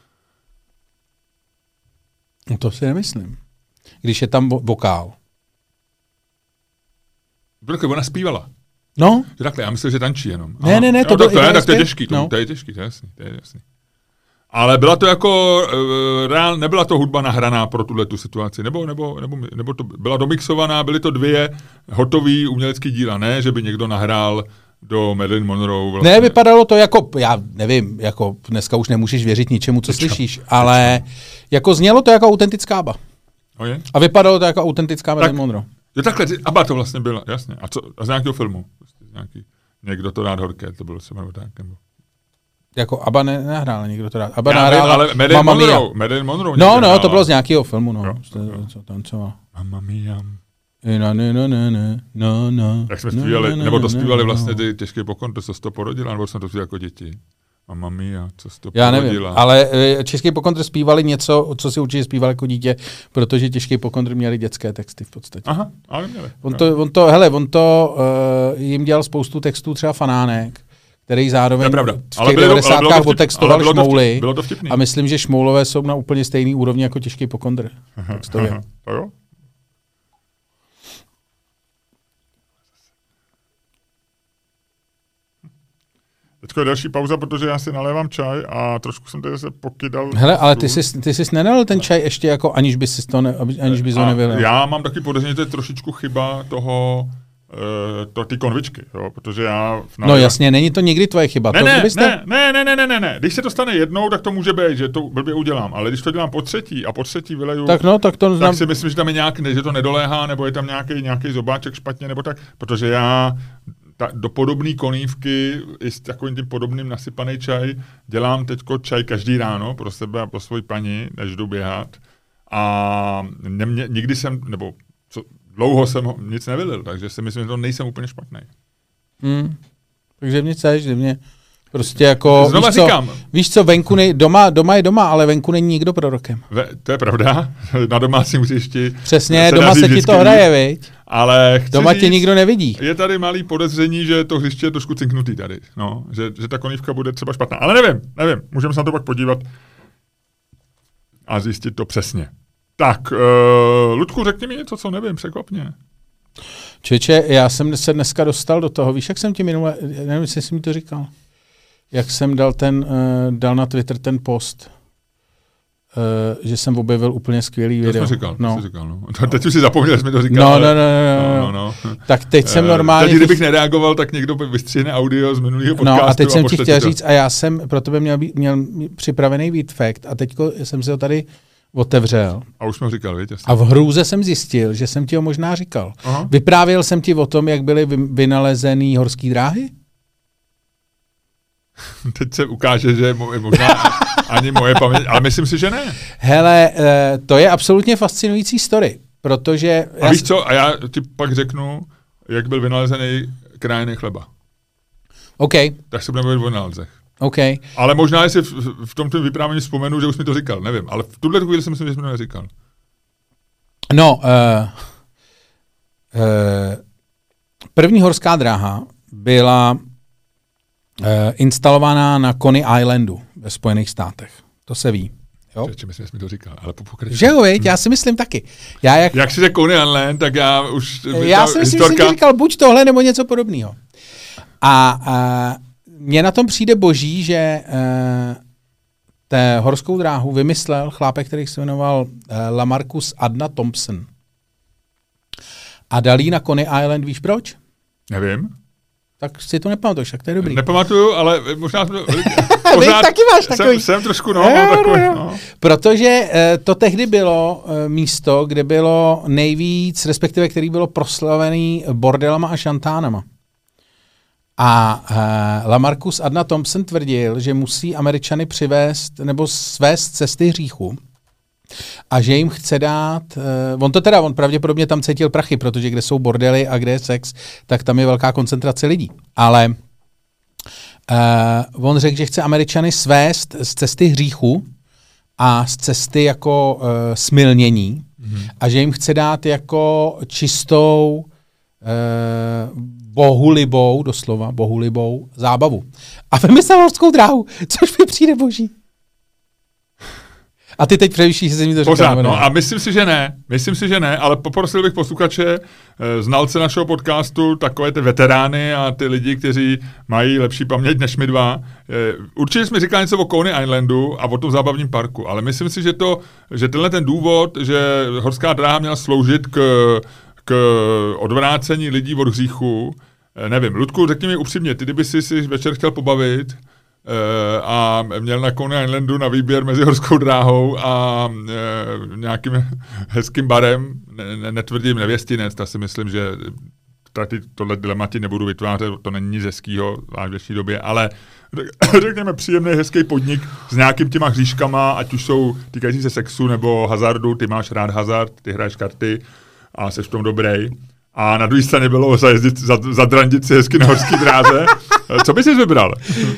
No to si nemyslím. Když je tam vokál. Protože ona zpívala. No. Že takhle, já myslím, že tančí jenom. Ne, to bylo tak to je těžký, to je těžký, to je jasný. Ale byla to jako, nebyla to hudba nahraná pro tu situaci, nebo to byla domixovaná, byly to 2 hotový umělecký díla, ne, že by někdo nahrál do Marilyn Monroe. Vlastně. Ne, vypadalo to jako, já nevím, jako dneska už nemůžeš věřit ničemu, co slyšíš, ale jako znělo to jako autentická ABBA. A vypadalo to jako autentická Marilyn Monroe. Jo, takhle, ABBA to vlastně byla, jasně. A z nějakého filmu? Někdo to rád horké, to bylo se jmenuje tak, nebo... Jako ABBA nehrála, někdo to rád. ABBA nahrála ale Marilyn Monroe. No, to bylo z nějakého filmu, no. Co tancoval. Mamma mia. No. Jak jsme zpívali, nebo to zpívali vlastně ty Těžký pokon, to se to porodila, nebo jsme to zpívali jako děti. Mamma mia, co jsi to porodila. Já nevím, ale Těžký pokontr zpívali něco, co si určitě zpíval jako dítě, protože Těžký pokontr měli dětské texty v podstatě. Aha, ale měli. On to jim dělal spoustu textů, třeba Fanánek, který zároveň v těch 90kách otextoval Šmouly. Bylo to vtipný. A myslím, že Šmoulové jsou na úplně stejný úrovni jako Těžký pokontr. Textově. To jo? Teďko je další pauza, protože já si nalévám čaj a trošku jsem tady se pokydal. Hele, ale ty jsi nenalil ten čaj ještě jako, aniž bys ho nevylil. Já mám taky podezření, že to je trošičku chyba toho, ty konvičky, jo, protože já... No jasně, není to nikdy tvoje chyba. Ne. Když se to stane jednou, tak to může být, že to blbě udělám, ale když to dělám po třetí vyleju, tak si myslím, že tam je že to nedoléhá, nebo je tam nějaký zobáček špatně, nebo tak, protože já do podobné konívky i s takovým tím podobným nasypaný čaj dělám teďko čaj každý ráno pro sebe a pro svoji paní, než jdu běhat. A nikdy jsem, dlouho jsem nic nevylil, takže si myslím, že to nejsem úplně špatný. Takže mě chceš, že mě prostě jako... Znova říkám. Víš co, venku doma je doma, ale venku není nikdo prorokem. To je pravda. Na domácí musíš ti... Přesně, doma se ti to hraje, viď? Ale doma tě nikdo nevidí. Je tady malý podezření, že to hřiště je trošku cinknutý tady. No, že ta konívka bude třeba špatná. Ale nevím. Můžeme se na to pak podívat a zjistit to přesně. Tak, Ludku, řekni mi něco, co nevím, překvapně. Čeče, já jsem se dneska dostal do toho, víš, jak jsem ti minule, nevím, jestli jsi mi to říkal, jak jsem dal na Twitter ten post, že jsem objevil úplně skvělý video. To jsi říkal, no. Teď už si zapomněl, že jsi mi to říkal. No. Tak teď jsem normálně... Teď, kdybych nereagoval, tak někdo vystřihne audio z minulého podcastu. No a teď jsem ti chtěl říct, a já jsem pro tebe měl připravený být fakt a teďko jsem si ho tady otevřel. A už jsme ho říkal, víš? A v hrůze jsem zjistil, že jsem ti ho možná říkal. Aha. Vyprávěl jsem ti o tom, jak byly vynalezený horský dráhy? Teď se ukáže, že možná ani moje paměť, ale myslím si, že ne. Hele, to je absolutně fascinující story, protože... A víš co, a já ti pak řeknu, jak byl vynalezený krájený chleba. OK. Tak se budeme mluvit o vynálezech. OK. Ale možná, jestli v tom vyprávění vzpomenu, že už mi to říkal, nevím, ale v tuhle chvíli si myslím, že jsi mi to neříkal. No, první horská dráha byla instalovaná na Coney Islandu ve Spojených státech. To se ví. Jo? Myslím, že jsi mi to říkal, ale pokračuj. Že jo, já si myslím taky. Jak si řekl Coney Island, tak já už... Já si myslím, že jsem říkal buď tohle, nebo něco podobného. A mně na tom přijde boží, že té horskou dráhu vymyslel chlápek, který se jmenoval Lamarcus Adna Thompson. A dal jí na Coney Island, víš proč? Nevím. Tak si to nepamatuješ, tak to je dobrý. Nepamatuju, ale možná... Pořád taky máš takový. Jsem trošku, takový. Protože to tehdy bylo místo, kde bylo nejvíc, respektive který bylo proslavený bordelama a šantánama. A Lamarcus Adna Thompson tvrdil, že musí Američany přivést nebo svést cesty hříchu A že jim chce dát, on pravděpodobně tam cítil prachy, protože kde jsou bordely a kde je sex, tak tam je velká koncentrace lidí. Ale on řekl, že chce Američany svést z cesty hříchu a z cesty jako smilnění a že jim chce dát jako čistou bohulibou, doslova bohulibou zábavu. A vymyslel horskou dráhu, což mi přijde boží. A ty teď přemýšlíš, že jsi mi to říkal. No a myslím si, že ne, ale poprosil bych posluchače, znalce našeho podcastu, takové ty veterány a ty lidi, kteří mají lepší paměť než my dva. Určitě jsme říkali něco o Coney Islandu a o tom zábavním parku, ale myslím si, že tenhle ten důvod, že horská dráha měla sloužit k odvrácení lidí od hříchu, nevím. Ludku, řekni mi upřímně, ty kdyby si večer chtěl pobavit a měl na Coney Islandu na výběr mezi horskou dráhou a nějakým hezkým barem, netvrdím nevěstinec, tak si myslím, že tohle dilema ti nebudu vytvářet, to není nic hezkýho v dnešní době, ale řekněme příjemný, hezký podnik s nějakým těma hříškama, ať už jsou týkající se sexu nebo hazardu, ty máš rád hazard, ty hraješ karty a seš v tom dobrý. A na druhé straně bylo zadrandit si hezky na horský dráze. Co bys si vybral?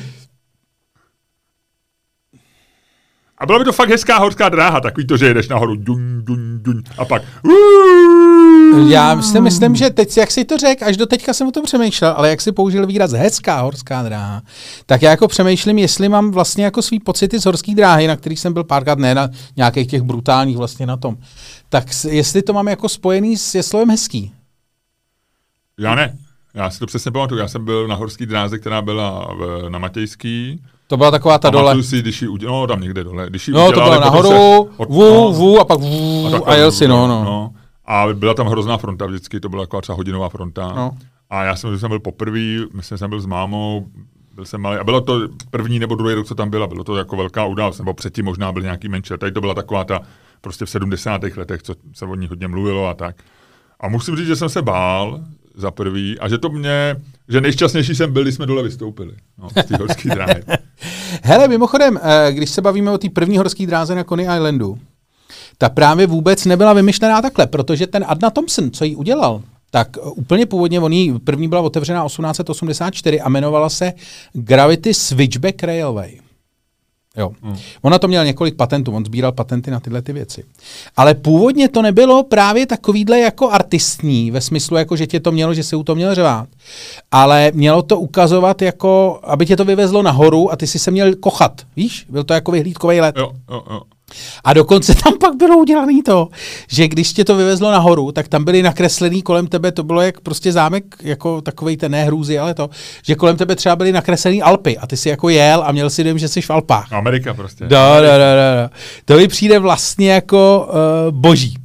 A byla by to fakt hezká horská dráha, takový to, že jedeš nahoru a pak Já si myslím, že teď, jak jsi to řekl, až do teďka jsem o tom přemýšlel, ale jak jsi použil výraz hezká horská dráha, tak já jako přemýšlím, jestli mám vlastně jako svý pocity z horské dráhy, na kterých jsem byl párkrát, ne na nějakých těch brutálních vlastně na tom, tak jestli to mám jako spojený s slovem hezký. Já ne. Já si to přesně pamatuju. Já jsem byl na horské dráze, která byla na Matějský. To byla taková ta dole. Si, když ji no tam někde dole. Když to bylo nahoru, a pak a jel si, no. A byla tam hrozná fronta vždycky, to byla taková hodinová fronta. No. A já jsem byl poprvý, myslím, že jsem byl s mámou, byl jsem malý. A bylo to první nebo druhý rok, co tam byla. Bylo to jako velká událost, nebo předtím možná byl nějaký menší. Tady to byla taková ta, prostě v 70. letech, co se o ní hodně mluvilo a tak. A musím říct, že jsem se bál za prvý a že nejšťastnější jsem byl, když jsme dole vystoupili. No, z té horské dráhy. Hele, mimochodem, když se bavíme o té první horské dráze na Coney Islandu, ta právě vůbec nebyla vymyšlená takhle, protože ten Adna Thompson, co ji udělal, tak úplně původně první byla otevřená 1884 a jmenovala se Gravity Switchback Railway. Jo. Ona to měla několik patentů, on sbíral patenty na tyhle ty věci. Ale původně to nebylo právě takovýhle jako artistní, ve smyslu jako, že tě to mělo, že si u to měl řvát. Ale mělo to ukazovat jako, aby tě to vyvezlo nahoru a ty si se měl kochat, víš? Byl to jako vyhlídkový let. Jo. A dokonce tam pak bylo udělané to, že když tě to vyvezlo nahoru, tak tam byly nakreslený kolem tebe, to bylo jak prostě zámek, jako takovej ten nehrůzy, ale to, že kolem tebe třeba byly nakreslený Alpy a ty si jako jel a měl si dojem, že jsi v Alpách. Amerika prostě. To mi přijde vlastně jako boží.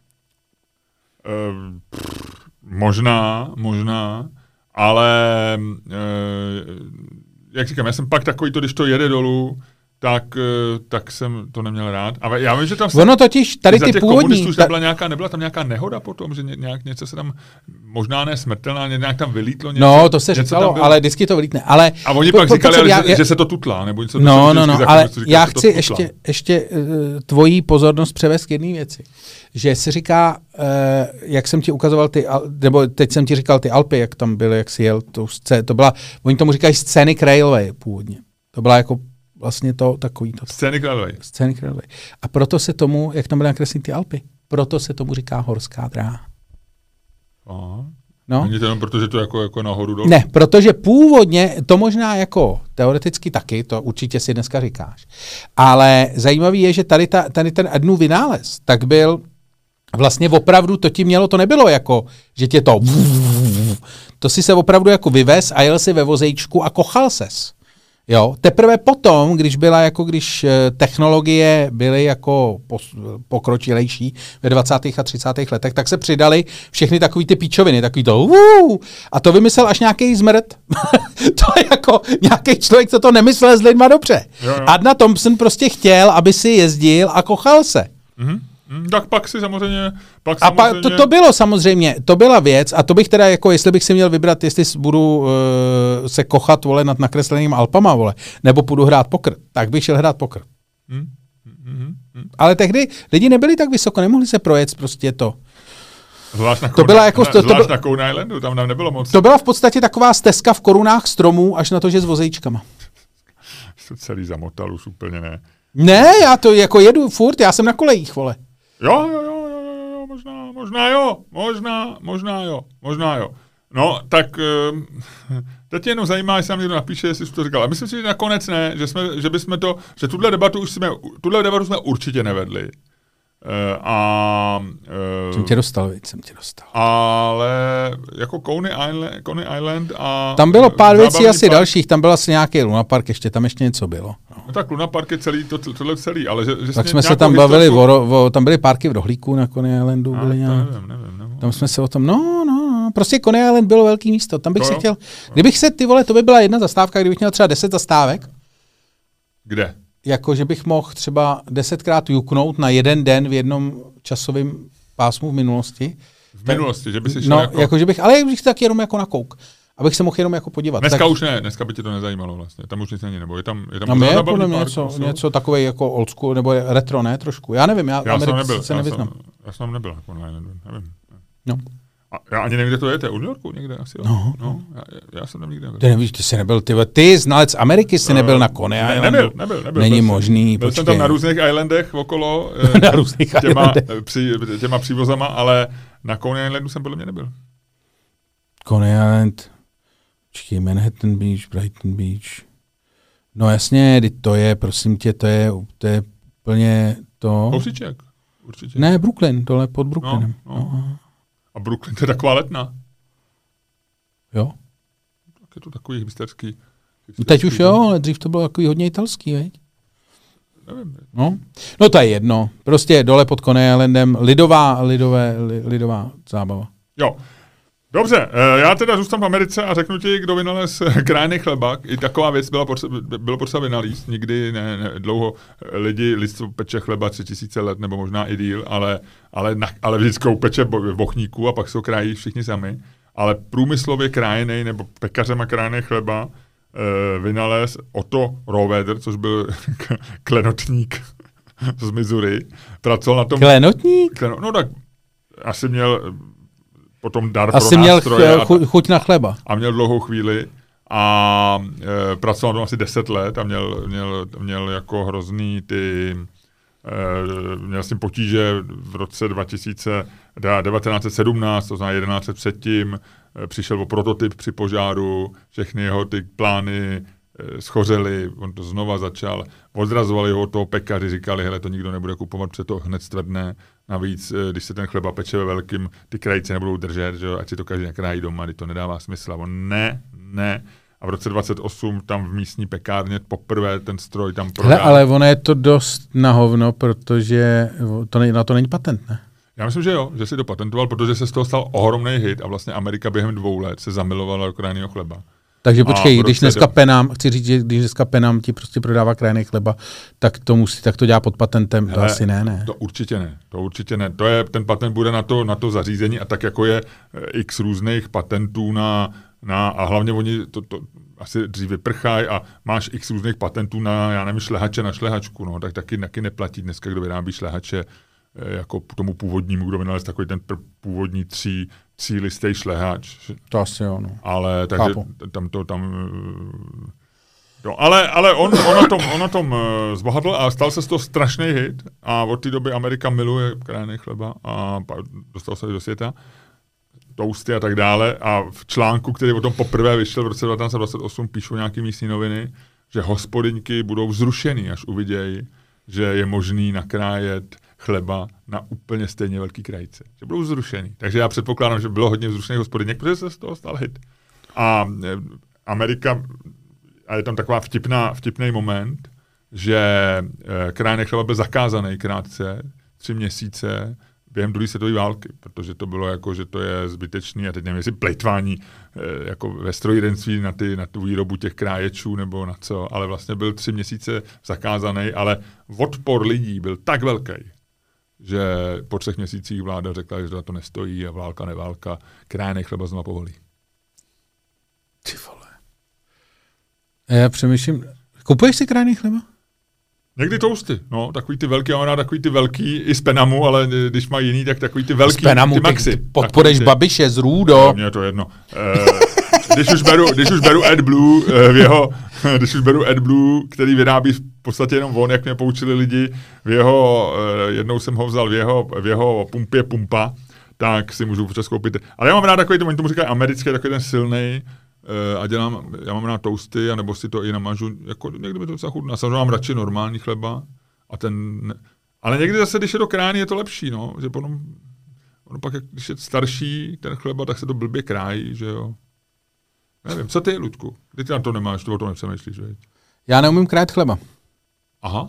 Možná, ale jak říkám, já jsem pak takový to, když to jede dolů, tak jsem to neměl rád. A já vím, že tam ono totiž tady ty původní nebyla tam nějaká nehoda potom, že něco se tam možná ne smrtelná, nějak tam vylítlo něco. No, to se říkalo, ale vždycky to vylítne. Ale a oni pak říkali, že se to tutlá, nebo něco. Ale já chci ještě tvoji pozornost převést k jedné věci. Že se říká, jak jsem ti ukazoval nebo teď jsem ti říkal ty Alpy, jak tam byly, jak si jel, to byla, oni tomu říkají Scenic Railway původně. To byla jako vlastně to takový to. Scenic Railway. A proto se tomu, jak tam byly nakreslený ty Alpy, proto se tomu říká horská dráha. Aha. No? Není to jenom proto, že to jako nahoru dolů? Ne, protože původně, to možná jako teoreticky taky, to určitě si dneska říkáš, ale zajímavý je, že tady ten Adnův vynález, tak byl vlastně opravdu, to nebylo jako, že tě to si se opravdu jako vyvez a jel si ve vozejčku a kochal ses. Jo, teprve potom, když technologie byly jako pokročilejší ve 20. a 30. letech, tak se přidali všechny takový ty píčoviny, takový to a to vymyslel až nějaký zmrt. To je jako nějaký člověk, co to nemyslel s lidma dobře. Jo. Adna Thompson prostě chtěl, aby si jezdil a kochal se. Tak pak si samozřejmě... To bylo samozřejmě, to byla věc a to bych teda jako, jestli bych si měl vybrat, jestli budu se kochat, vole, nad nakresleným Alpama, vole, nebo půjdu hrát pokr, tak bych šel hrát pokr. Ale tehdy lidi nebyli tak vysoko, nemohli se projet prostě to. Zvlášť na Coney Islandu, tam nebylo moc. To byla v podstatě taková stezka v korunách stromů, až na to, že s vozejčkama. To celý zamotal už úplně ne. Ne, já to jako jedu furt, já jsem na kolejích, vole. Jo, možná jo. No, tak teď jenom zajímá, jestli nám někdo napíše, jestli jsi to říkal. A myslím si, že nakonec ne, že tuhle debatu jsme určitě nevedli. Jsem tě dostal. Ale jako Coney Island a... Tam bylo pár věcí asi dalších, tam byl asi nějaký Luna Park, tam ještě něco bylo. No tak Luna Park je tohle celý, ale že tak jsme se tam bavili, tam byly parky v Rohlíku na Coney Islandu. Nevím. Tam jsme se o tom, prostě Coney Island bylo velký místo, tam bych se chtěl, kdybych se, to by byla jedna zastávka, kdybych měl třeba 10 zastávek. Kde? Jako, že bych mohl třeba 10krát juknout na jeden den v jednom časovém pásmu v minulosti. Že by si šel ale bych tak jenom jako na kouk. Abych se mohl jenom jako podívat. Dneska už ne, dneska by tě to nezajímalo vlastně. Tam už nic není, nebo je tam je podle mě něco takové jako old school, nebo retro, ne, trošku. Já nevím, já se nevyznám. Já jsem nebyl, jako nevím. No. A já ani nevím, kde to je, to je u New Yorku někde asi. No. Já jsem tam nikdy nebyl. Ty nevíš, ty jsi nebyl, ty znalec Ameriky jsi nebyl na Coney Islandu. Nebyl. Není možný, byl jsem tam na různých islandech okolo, na různých těma přívozama, ale na Coney Islandu jsem podle mě nebyl. Coney Island, Manhattan Beach, Brighton Beach. No jasně, to je, prosím tě, to je úplně to. Kousíček, určitě. Ne, Brooklyn, dole pod Brooklynem. No. A Brooklyn to je taková Letna. Jo. Tak je to takový hipsterský. Teď už jo, ale dřív to bylo takový hodně italský, veď? Nevím. No to je jedno. Prostě dole pod Coney Islandem lidová zábava. Jo. Dobře, já teda zůstanu v Americe a řeknu ti, kdo vynalez krájený chleba. I taková věc bylo potřeba vynalíst. Nikdy ne dlouho lidstvo peče chleba 3000 let, nebo možná i díl, ale vždycky upeče v bochníku a pak se ho krájí všichni sami. Ale průmyslově krájený nebo pekařema krájený chleba vynalez Otto Rohrwader, což byl klenotník z Missouri. Pracoval na tom... Klenotník? No tak asi měl... potom dar asi pro měl nástroje. Chuť na chleba. A měl dlouhou chvíli a pracoval tam asi 10 let a měl jako hrozný měl s tím potíže v roce 1917, to znamená 11 let předtím, přišel o prototyp při požáru, všechny jeho ty plány schořely, on to znova začal, odrazovali ho od toho pekaři, říkali, hele, to nikdo nebude kupovat, protože to hned stvrdne. Navíc, když se ten chleba peče ve velkým, ty krajíce nebudou držet, že? Ať si to každý nakrájí doma, to nedává smysl. A on ne. A v roce 28 tam v místní pekárně poprvé ten stroj tam prodal. Ale ono je to dost na hovno, protože na to není patent, ne? Já myslím, že jo, že si to patentoval, protože se z toho stal ohromný hit a vlastně Amerika během 2 let se zamilovala do krájeného chleba. Takže počkej, když dneska Penam ti prostě prodává krájený chleba, tak to dělá pod patentem, to asi ne. To určitě ne. Ten patent bude na to zařízení a tak jako je x různých patentů a hlavně oni to asi dřív vyprchají a máš x různých patentů na, já nevím, šlehače na šlehačku, no, tak taky neplatí dneska, kdo vyrábí šlehače jako tomu původnímu, kdo vynalez takový ten původní třílistý šlehač. To asi jo, no. Ale takže ale on na tom zbohatl a stal se z toho strašný hit a od té doby Amerika miluje krájený chleba a dostal se do světa, toasty a tak dále a v článku, který o tom poprvé vyšel v roce 1928, píšou nějaký místní noviny, že hospodyňky budou vzrušený, až uvidějí, že je možný nakrájet chleba na úplně stejně velký krajice. Že budou vzrušený. Takže já předpokládám, že bylo hodně vzrušených hospodyněk, protože se z toho stal hit. A Amerika, a je tam taková vtipný moment, že krájený chleba byl zakázaný krátce, 3 měsíce během druhé světové války, protože to bylo jako, že to je zbytečný a teď nevím, jestli plejtvání jako ve strojírenství na tu výrobu těch kráječů nebo na co, ale vlastně byl 3 měsíce zakázaný, ale odpor lidí byl tak velký, že po 3 měsících vláda řekla, že na to nestojí a válka neválka, krájený chleba znova povolí. Ty vole. A já přemýšlím, kupuješ si krájený chleba? Někdy toasty, no, takový ty velký, já mám takový ty velký, i z Penamu, ale když má jiný, tak takový ty velký, z Penamu, ty Maxi. Podporeš Babiše z Růdo. Mně je to jedno. Když už beru AdBlue, který vyrábí v podstatě jenom on, jak mě poučili lidi, jednou jsem ho vzal v jeho pumpě Pumpa, tak si můžu včas koupit. Ale já mám rád takový, oni tomu říkají americký, takový ten silnej, a já mám rád toasty, anebo si to i namažu, jako někdy mi to docela chutná. Samozřejmě mám radši normální chleba, ale někdy zase, když je to krájený, je to lepší, no, že ono pak, když je starší ten chleba, tak se to blbě krájí, že jo. Nevím, co ty, Ludku? Ty na to nemáš, ty o tom nepřemýšlíš, že? Já neumím krájet chleba. Aha.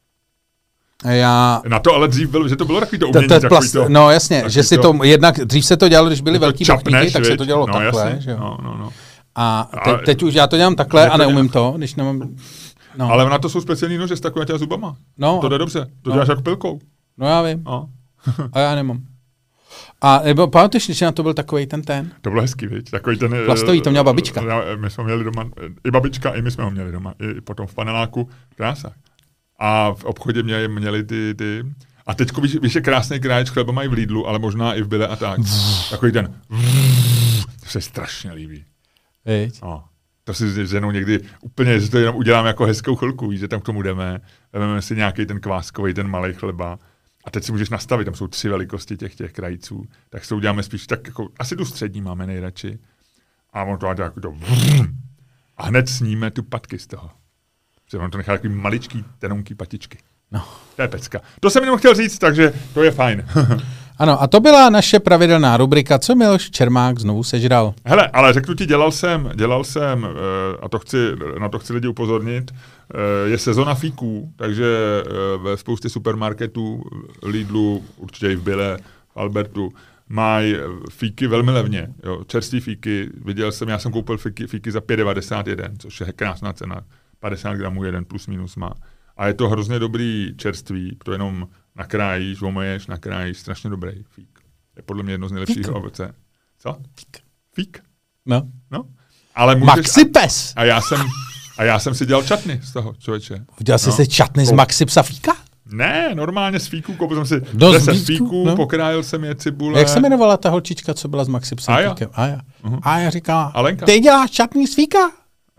Na to ale dřív bylo, že to bylo takový to umění. No jasně, že si to, jednak dřív se to dělalo, když byly velký bochníky, tak se to dělalo takhle, jasně, že jo. No. A teď už já to dělám takhle a neumím to, když nemám... No. Ale na to jsou speciální nože s takovými zubama. No. To jde dobře, to děláš jako pilkou. No já vím. A já nemám. A pamatuješ, když na to byl takovej ten? To bylo hezký, viď? Takový ten... Plastový, to měla babička. My jsme měli doma, i babička, i my jsme ho měli doma, i potom v paneláku, krása. A v obchodě měli ty... A teďko víš, je krásný kráječ chleba mají v Lidlu, ale možná i v Bile a tak. Takový ten... To se strašně líbí. No. To si s ženou někdy úplně, že to jenom uděláme jako hezkou chvilku, víš, že tam k tomu jdeme si nějaký ten kváskový, ten malej chleba. A teď si můžeš nastavit, tam jsou 3 velikosti těch krajíců, tak se uděláme spíš tak jako, asi tu střední máme nejradši. A on to má jako to... A hned sníme tu patky z toho. Protože on to nechá takový maličký, tenonký patičky. No. To je pecka. To jsem jenom chtěl říct, takže to je fajn. Ano, a to byla naše pravidelná rubrika, co Miloš Čermák znovu sežral. Hele, ale řeknu ti, dělal jsem, a na to chci lidi upozornit, je sezona fíků, takže ve spoustě supermarketů, Lidlu, určitě i v Bile, v Albertu, mají fíky velmi levně. Jo, čerství fíky, já jsem koupil fíky za 5,91, což je krásná cena, 50 gramů jeden plus minus má. A je to hrozně dobrý čerství, to jenom nakrájíš, omeješ, nakrájíš, strašně dobrý fík. Je podle mě jedno z nejlepších ovoce. Co? Fík. No. Ale Maxipes! A já jsem si dělal čatny z toho, člověče. Udělal jsi si čatny z Maxipsa fíka? Ne, normálně z fíků, koupil jsem si 10 fíků, pokrájil jsem je cibule. Jak se jmenovala ta holčička, co byla s Maxipsem fíkem? Aja říkala, Alenka. Ty děláš čatný z fíka?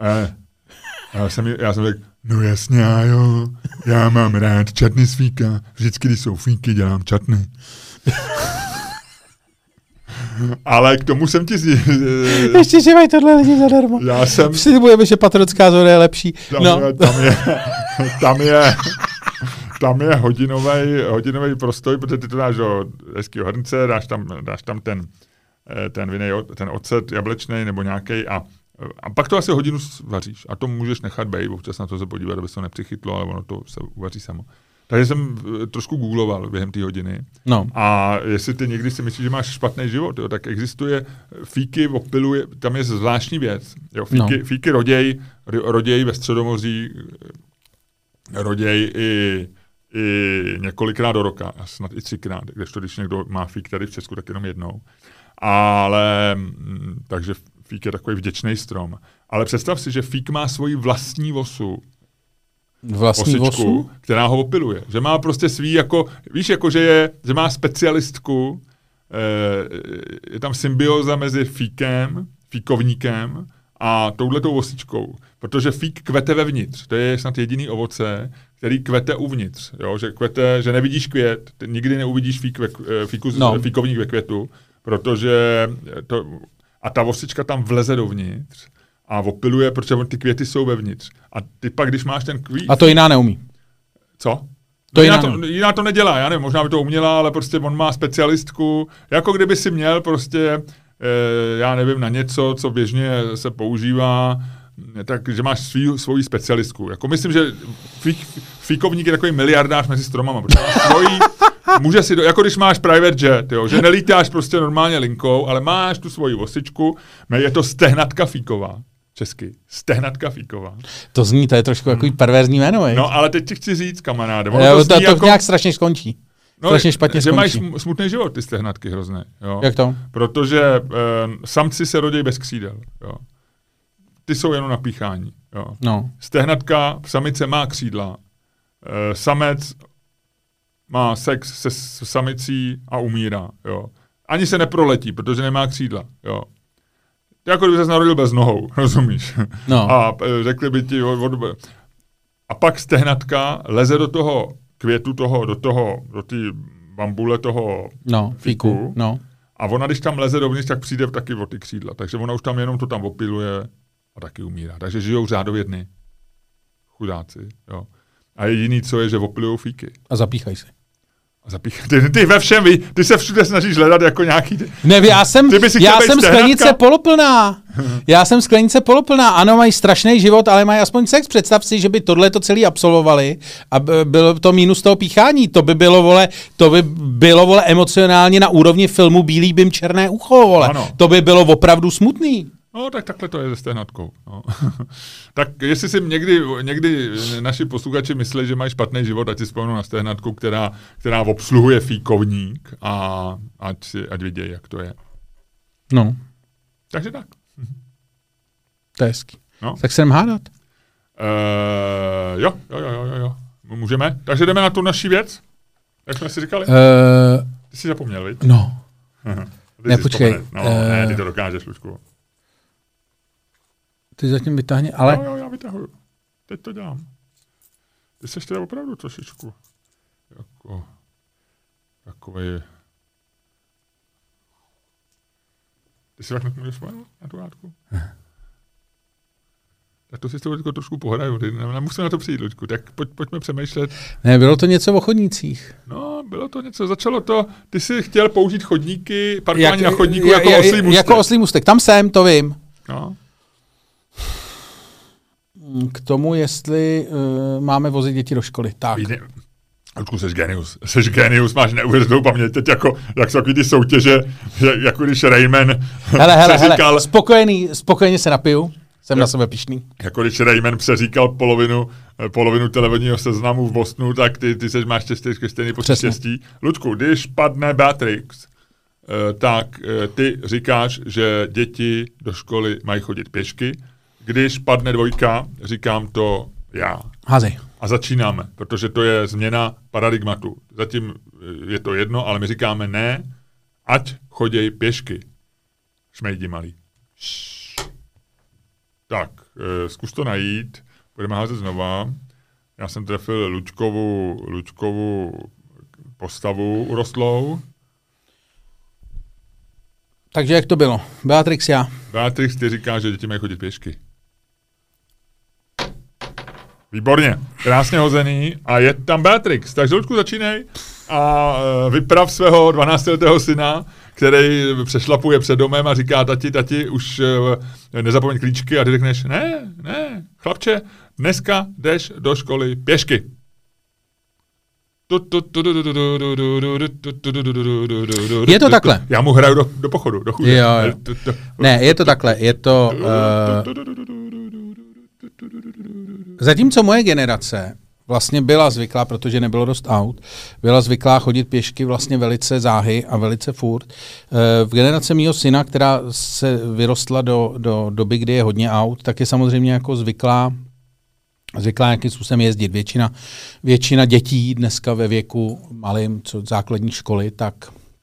Já jsem řekl, no jasně, jo, já mám rád čatny z fíka. Vždycky, když jsou fíky, dělám čatny. Ale k tomu jsem ti ještě, že mají tohle lidi zadarmo. Slibujeme, že Patrocká zóna je lepší. Tam je hodinový prostoj, protože ty to dáš do hezkýho hrnce, dáš tam ten ocet jablečný nebo nějaký a pak to asi hodinu vaříš a to můžeš nechat bejt, občas na to se podívat, aby se to nepřichytlo, ale ono to se uvaří samo. Takže jsem trošku googloval během té hodiny. No. A jestli ty někdy si myslíš, že máš špatný život, jo, tak existuje fíky, opiluje, tam je zvláštní věc. Jo, fíky roděj ve Středomoří, roděj i několikrát do roka, a snad i 3krát, kdežto když někdo má fík tady v Česku, tak jenom jednou. Ale takže fík je takový vděčný strom. Ale představ si, že fík má svoji vlastní osičku, která ho opiluje. Že má prostě svý, jako, víš, jako, že má specialistku, je tam symbioza mezi fíkovníkem a touhletou osičkou. Protože fík kvete vevnitř. To je snad jediný ovoce, který kvete uvnitř. Jo? Že nevidíš květ, nikdy neuvidíš fíkovník ve květu, protože a ta osička tam vleze dovnitř a opiluje, protože ty květy jsou vevnitř. A ty pak, když máš ten A to jiná neumí. Co? Jiná to nedělá, já nevím, možná by to uměla, ale prostě on má specialistku, jako kdyby si měl prostě, já nevím, na něco, co běžně se používá, takže máš svoji specialistku. Jako myslím, že fíkovník je takový miliardář mezi stromama, protože může si, jako když máš private jet, jo, že nelítáš prostě normálně linkou, ale máš tu svoji osičku, je to stehnatka fíková. Česky. Stehnatka fíková. To je trošku takový perverzní jméno, je? No, ale teď ti chci říct, kamaráde. To jako nějak strašně skončí. Strašně špatně skončí. Že máš smutný život, ty stehnatky hrozné. Jo? Jak to? Protože samci se rodí bez křídel. Jo? Ty jsou jenom na píchání. Jo? No. Stehnatka, samice má křídla samec má sex se samicí a umírá. Jo. Ani se neproletí, protože nemá křídla. Jo. To jako kdyby se narodil bez nohou, rozumíš? No. A řekli by ti... A pak stehnatka leze do toho květu, do té bambule toho fíku. No. A ona, když tam leze dovnitř, tak přijde taky o ty křídla. Takže ona už tam jenom to tam opiluje a taky umírá. Takže žijou řádově dny. Chudáci. Jo. A jediný, co je, že opilujou fíky. A zapíchají se. Ty ve všem, ty se všude snažíš hledat jako nějaký... Ne, já jsem sklenice poloplná. Já jsem sklenice poloplná. Ano, mají strašný život, ale mají aspoň sex. Představ si, že by tohle to celý absolvovali a bylo to mínus toho píchání. To by bylo, vole, emocionálně na úrovni filmu Bílý bym černé ucho, vole. Ano. To by bylo opravdu smutný. No, tak takhle to je se stehnatkou. No. Tak jestli si někdy naši posluchači myslí, že mají špatný život, ať si vzpomenu na stehnatku, která obsluhuje fíkovník a ať vidějí, jak to je. No. Takže tak. To je hezký. No. Tak se jdem hádat. Jo. Můžeme. Takže jdeme na tu naši věc. Jak jsme si říkali? Ty jsi zapomněl, viď? No. Ne, počkej. Ne, ty to dokážeš, Lučku. Ty zatím vytáhni, ale... Jo, já vytahuju. Teď to dělám. Ty seš teda opravdu trošičku jako takovej... Ty si tak nemůžeš vzpomenout na tu hádku? Tak to si s toho trošku pohraju. Nemusíme na to přijít, Luďku. Tak pojďme přemýšlet. Ne, bylo to něco o chodnících. No, bylo to něco. Začalo to, ty jsi chtěl použít chodníky, parkování na chodníku jako oslý můstek. Jako oslý můstek. Tam jsem, to vím. No. K tomu, jestli máme vozit děti do školy. Tak. Luďku, jsi genius, máš neuvěřitelnou paměť. Teď jako, jak jsou takový ty soutěže, jako když Rayman přeříkal... Spokojeně se napiju. Jsem na sebe pyšný. Jako když Rayman přeříkal polovinu televizního seznamu v Bostonu, tak ty máš stejný pocit štěstí. Luďku, když padne Beatrix, tak ty říkáš, že děti do školy mají chodit pěšky. Když padne 2, říkám to já. Házej. A začínáme, protože to je změna paradigmatu. Zatím je to jedno, ale my říkáme ne, ať choděj pěšky. Šmejdi malý. Tak, zkus to najít. Budeme házet znova. Já jsem trefil Lučkovu postavu urostlou. Takže jak to bylo? Beatrix, já. Beatrix, ty říkáš, že děti mají chodit pěšky. Výborně, krásně hozený a je tam Beatrix. Takže Lučku, začínej a vyprav svého 12letého syna, který přešlapuje před domem a říká tati, už nezapomeň klíčky a ty řekneš, ne, chlapče, dneska jdeš do školy pěšky. Je to takhle. Já mu hraju do pochodu, do chůze. Jo. Ne, je to takhle, je to... Zatímco moje generace vlastně byla zvyklá, protože nebylo dost aut, byla zvyklá chodit pěšky vlastně velice záhy a velice furt. V generaci mýho syna, která se vyrostla do doby, kdy je hodně aut, tak je samozřejmě jako zvyklá nějakým způsobem jezdit. Většina dětí dneska ve věku malým, co základní školy, tak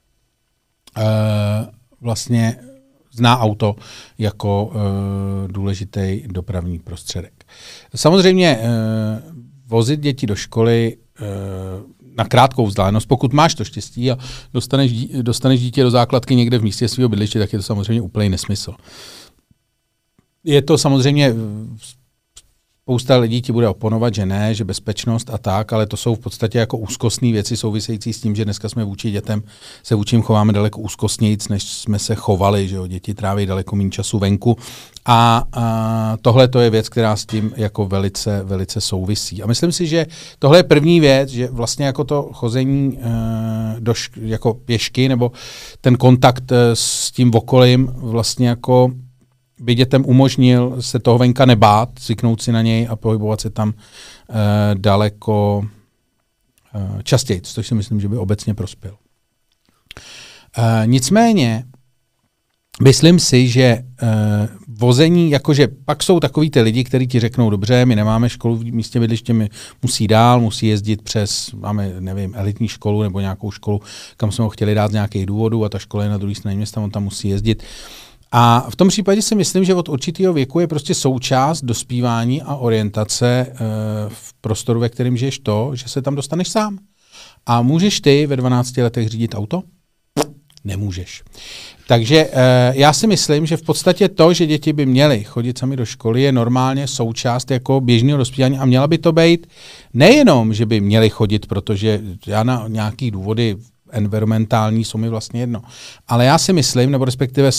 vlastně zná auto jako důležitý dopravní prostředek. Samozřejmě vozit děti do školy na krátkou vzdálenost, pokud máš to štěstí a dostaneš dítě do základky někde v místě svého bydliště, tak je to samozřejmě úplný nesmysl. Je to samozřejmě... Spousta lidí ti bude oponovat, že ne, že bezpečnost a tak, ale to jsou v podstatě jako úzkostné věci související s tím, že dneska jsme vůči dětem se vůči jim chováme daleko úzkostnějíc, než jsme se chovali, že jo, děti tráví daleko méně času venku a tohle to je věc, která s tím jako velice, velice souvisí. A myslím si, že tohle je první věc, že vlastně jako to chození jako pěšky nebo ten kontakt s tím okolím vlastně jako by dětem umožnil se toho venka nebát, zvyknout si na něj a pohybovat se tam daleko častěji, což si myslím, že by obecně prospěl. Nicméně, myslím si, že vození, jakože pak jsou takový ty lidi, kteří ti řeknou, dobře, my nemáme školu v místě bydliště, my musí jezdit přes, máme, nevím, elitní školu nebo nějakou školu, kam jsme ho chtěli dát z nějakých důvodů a ta škola je na druhé straně města, on tam musí jezdit. A v tom případě si myslím, že od určitého věku je prostě součást dospívání a orientace v prostoru, ve kterém žiješ to, že se tam dostaneš sám. A můžeš ty ve 12 letech řídit auto? Nemůžeš. Takže já si myslím, že v podstatě to, že děti by měly chodit sami do školy, je normálně součást jako běžného dospívání a měla by to být nejenom, že by měly chodit, protože já na nějaký důvody environmentální jsou mi vlastně jedno. Ale já si myslím, nebo respektive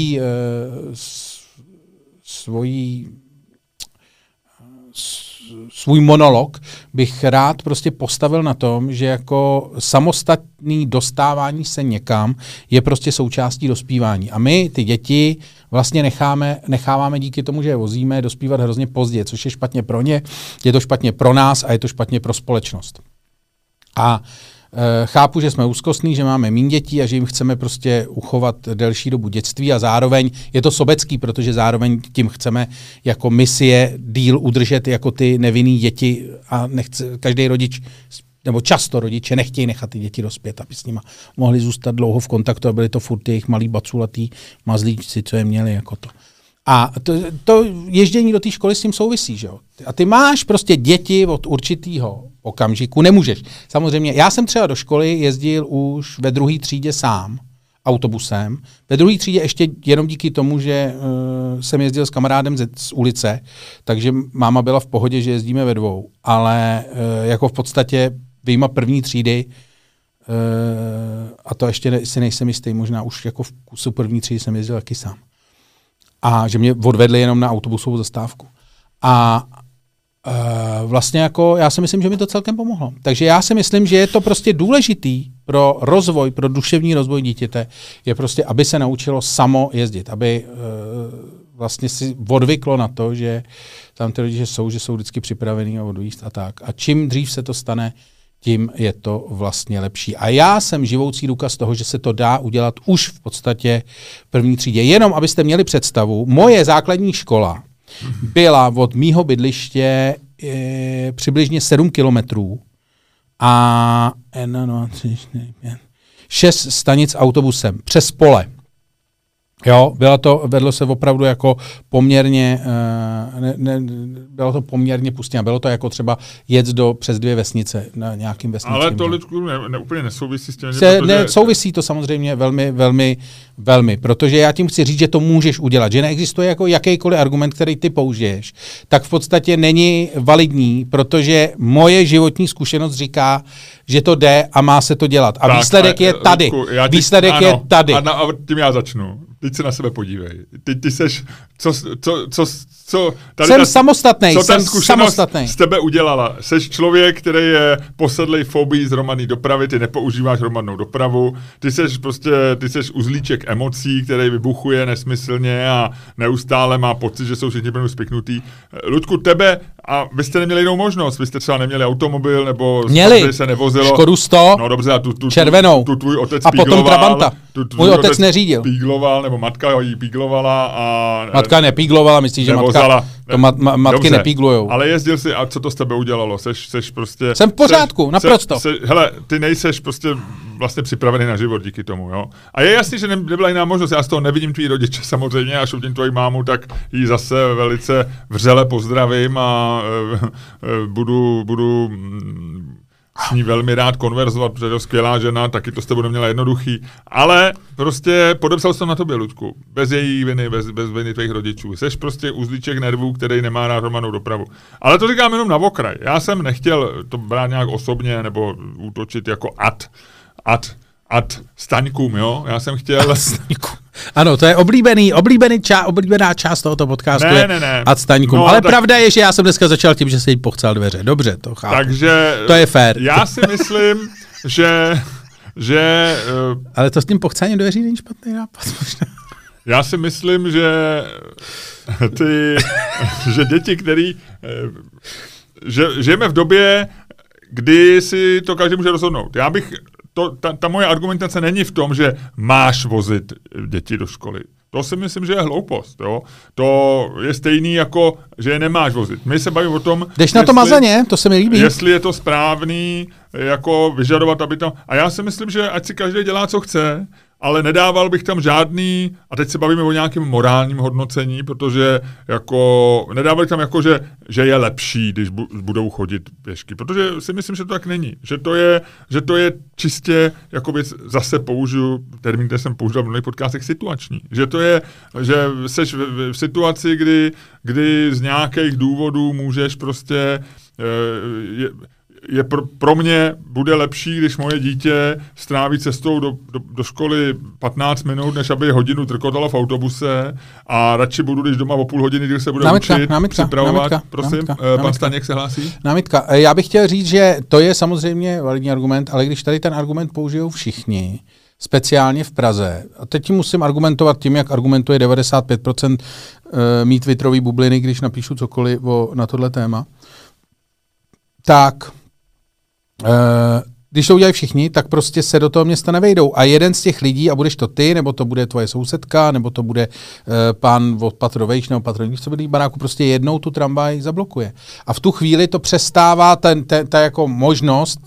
svůj monolog bych rád prostě postavil na tom, že jako samostatný dostávání se někam je prostě součástí dospívání. A my ty děti vlastně necháváme díky tomu, že je vozíme, dospívat hrozně pozdě, což je špatně pro ně, je to špatně pro nás a je to špatně pro společnost. A chápu, že jsme úzkostní, že máme méně dětí a že jim chceme prostě uchovat delší dobu dětství a zároveň je to sobecký, protože zároveň tím chceme jako misie díl udržet jako ty nevinný děti a každý rodič, nebo často rodiče nechtějí nechat ty děti dospět, aby s nima mohli zůstat dlouho v kontaktu a byli to furt jejich malí baculatý mazlíčci, co je měli jako to. A to ježdění do té školy s tím souvisí, že jo? A ty máš prostě děti od určitého okamžiku, nemůžeš. Samozřejmě, já jsem třeba do školy jezdil už ve 2. třídě sám, autobusem. Ve 2. třídě ještě jenom díky tomu, že jsem jezdil s kamarádem z ulice, takže máma byla v pohodě, že jezdíme ve 2. Ale jako v podstatě vyjma 1. třídy, a to ještě si nejsem jistý, možná už jako v kusu 1. třídy jsem jezdil taky sám. A že mě odvedli jenom na autobusovou zastávku. A vlastně jako já si myslím, že mi to celkem pomohlo. Takže já si myslím, že je to prostě důležitý pro rozvoj, pro duševní rozvoj dítěte, je prostě, aby se naučilo samo jezdit, aby vlastně si odvyklo na to, že tam ty rodiče jsou, že jsou vždycky připravený a odvízt a tak. A čím dřív se to stane, tím je to vlastně lepší. A já jsem živoucí důkaz toho, že se to dá udělat už v podstatě v 1. třídě. Jenom abyste měli představu, moje základní škola byla od mýho bydliště přibližně 7 kilometrů a 1, 2, 3, 4, 5, 6 stanic autobusem přes pole. Jo, vedlo se opravdu jako poměrně, bylo to poměrně pustě. Bylo to jako třeba jet přes 2 vesnice na nějakým vesnickým. Ale to lidku úplně nesouvisí s tím, souvisí to samozřejmě velmi, velmi, velmi, protože já tím chci říct, že to můžeš udělat, že neexistuje jako jakýkoliv argument, který ty použiješ, tak v podstatě není validní, protože moje životní zkušenost říká, že to jde a má se to dělat. A tak, výsledek je tady. Výsledek je tady. A tím já začnu. Teď se na sebe podívej. Ty seš, co tady jsem samostatný, co ta zkušenost z tebe udělala. Seš člověk, který je posedlej fobii z hromadné dopravy, ty nepoužíváš hromadnou dopravu, ty seš uzlíček emocí, který vybuchuje nesmyslně a neustále má pocit, že jsou všichni plnou spiknutý. Ludku, tebe, a vy jste neměli jinou možnost, vy jste třeba neměli automobil, nebo se nevozilo. Škodu 100, no dobře, a červenou, tu tvůj otec a potom Trabanta. Můj otec neřídil. Pígloval, nebo matka jí píglovala a... Matka nepíglovala, myslíš, že matky nepíglujou. Ale jezdil si, a co to s tebe udělalo? Seš prostě... Jsem v pořádku, naprosto. Hele, ty nejseš prostě vlastně připravený na život díky tomu, jo? A je jasný, že nebyla jiná možnost, já z toho nevidím tvý rodiče samozřejmě, až uvidím tvoji mámu, tak ji zase velice vřele pozdravím a budu s ní velmi rád konverzovat, protože je to skvělá žena, taky to s tebou neměla jednoduchý, ale prostě podepsal jsem na tobě, Ludku, bez její viny, bez viny tvých rodičů. Seš prostě uzlíček nervů, který nemá rád hromadnou dopravu. Ale to říkám jenom na okraj. Já jsem nechtěl to brát nějak osobně nebo útočit jako ad Staňkům, jo? Já jsem chtěl... Ano, to je oblíbená část tohoto podcastu. Ne. Ad Staňkům. No, ale tak... pravda je, že já jsem dneska začal tím, že se jí pochcel dveře. Dobře, to chápu. Takže... To je fér. Já si myslím, že ale to s tím pochcáním dveří není špatný nápad. Já si myslím, že že děti, který... že žijeme v době, kdy si to každý může rozhodnout. Ta moje argumentace není v tom, že máš vozit děti do školy. To si myslím, že je hloupost. Jo? To je stejný jako, že je nemáš vozit. My se bavíme o tom, jdeš na to mazaně, to se mi líbí. Jestli je to správný, jako vyžadovat, aby tam... A já si myslím, že ať si každý dělá, co chce, ale nedával bych tam žádný, a teď se bavíme o nějakém morálním hodnocení, protože jako nedával bych tam jako, že je lepší, když budou chodit pěšky, protože si myslím, že to tak není. Že to je čistě, jako věc, zase použiju termín, který jsem použil v mnohých podcastech, situační. Že to je, že seš v situaci, kdy z nějakých důvodů můžeš prostě... pro mě bude lepší, když moje dítě stráví cestou do školy 15 minut, než aby hodinu trkotalo v autobuse a radši budu, když doma o půl hodiny, když se bude učit, připravovat. Prosím, pan Staněk se hlásí? Námitka. Já bych chtěl říct, že to je samozřejmě validní argument, ale když tady ten argument použijou všichni, speciálně v Praze, a teď musím argumentovat tím, jak argumentuje 95% mý twitterový bubliny, když napíšu cokoliv na tohle téma, tak když to udělají všichni, tak prostě se do toho města nevejdou. A jeden z těch lidí, a budeš to ty, nebo to bude tvoje sousedka, nebo to bude pán od patrovejš, nebo patrovejš, co bydlí v baráku, prostě jednou tu tramvaj zablokuje. A v tu chvíli to přestává, ta jako možnost,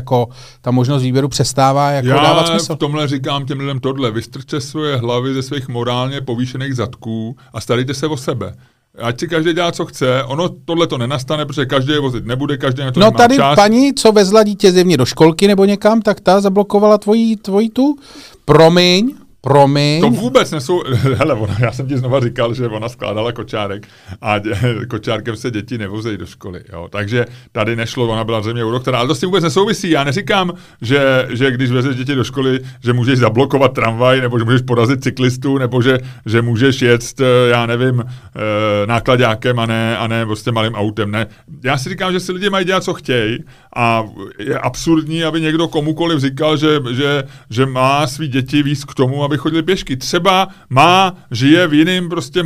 ta možnost výběru přestává jako dávat smysl. Já v tomhle říkám těm lidem tohle, vystrčte svoje hlavy ze svých morálně povýšených zadků a starejte se o sebe. Ať si každý dělá, co chce, tohle to nenastane, protože každý je vozit nebude, každý na to nemá čas. No tady paní, co vezla dítě zjevně do školky nebo někam, tak ta zablokovala tvoji tu. Promiň. To vůbec nesou... Hele, já jsem ti znova říkal, že ona skládala kočárek a kočárkem se děti nevozejí do školy. Jo? Takže tady nešlo, ona byla zřejmě u doktora, ale to s tím vůbec nesouvisí. Já neříkám, že když vezeš děti do školy, že můžeš zablokovat tramvaj, nebo že můžeš porazit cyklistu, nebo že můžeš jet, já nevím, náklaďákem a ne prostě malým autem. Ne. Já si říkám, že si lidi mají dělat, co chtějí a je absurdní, aby někdo komukoliv říkal, že má svý děti víc k tomu, aby chodili pěšky. Třeba žije v jiným prostě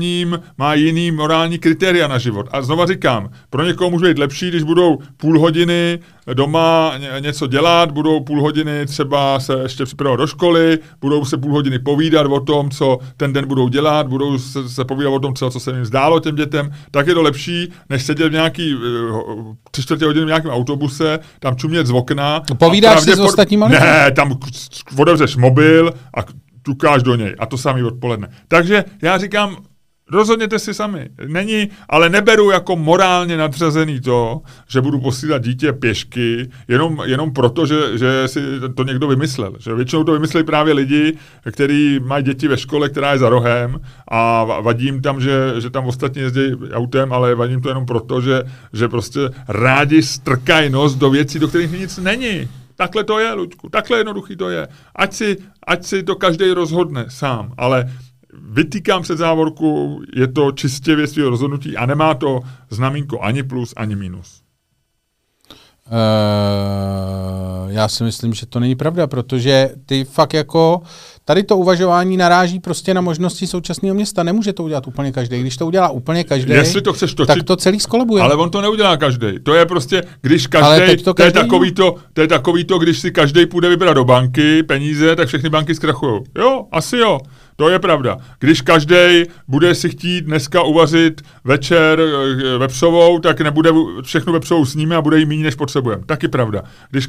má jiný morální kritéria na život. A znova říkám, pro někoho může být lepší, když budou půl hodiny doma něco dělat, budou půl hodiny třeba se ještě připravovat do školy, budou se půl hodiny povídat o tom, co ten den budou dělat, budou se povídat o tom, co se jim zdálo těm dětem, tak je to lepší, než sedět v nějaký 3/4 hodiny v nějakém autobuse, tam čumět z okna. Povídáš si s ostatníma lidmi? Ne, tam otevřeš mobil a tukáš do něj. A to samý odpoledne. Takže já říkám, rozhodněte si sami. Ale neberu jako morálně nadřazený to, že budu posílat dítě pěšky, jenom proto, že si to někdo vymyslel. Že většinou to vymysleli právě lidi, kteří mají děti ve škole, která je za rohem a vadí jim tam, že tam ostatní jezdí autem, ale vadí jim to jenom proto, že prostě rádi strkají nos do věcí, do kterých nic není. Takhle to je, Luďku, takhle jednoduchý to je. Ať si to každý rozhodne sám, ale vytýkám před závorku, je to čistě věc svého rozhodnutí a nemá to znamínko ani plus, ani minus. Já si myslím, že to není pravda, protože ty fakt jako tady to uvažování naráží prostě na možnosti současného města. Nemůže to udělat úplně každý. Když to udělá úplně každý, jestli to chceš točit, tak to celý skolabuje. Ale on to neudělá každý. To je prostě, když každý, to je takový to, když si každý půjde vybrat do banky peníze, tak všechny banky zkrachujou. Jo, asi jo. To je pravda. Když každý bude si chtít dneska uvařit večer vepřovou, tak nebude všechno vepřovou sníme a bude jí méně, než potřebujeme. Taky pravda.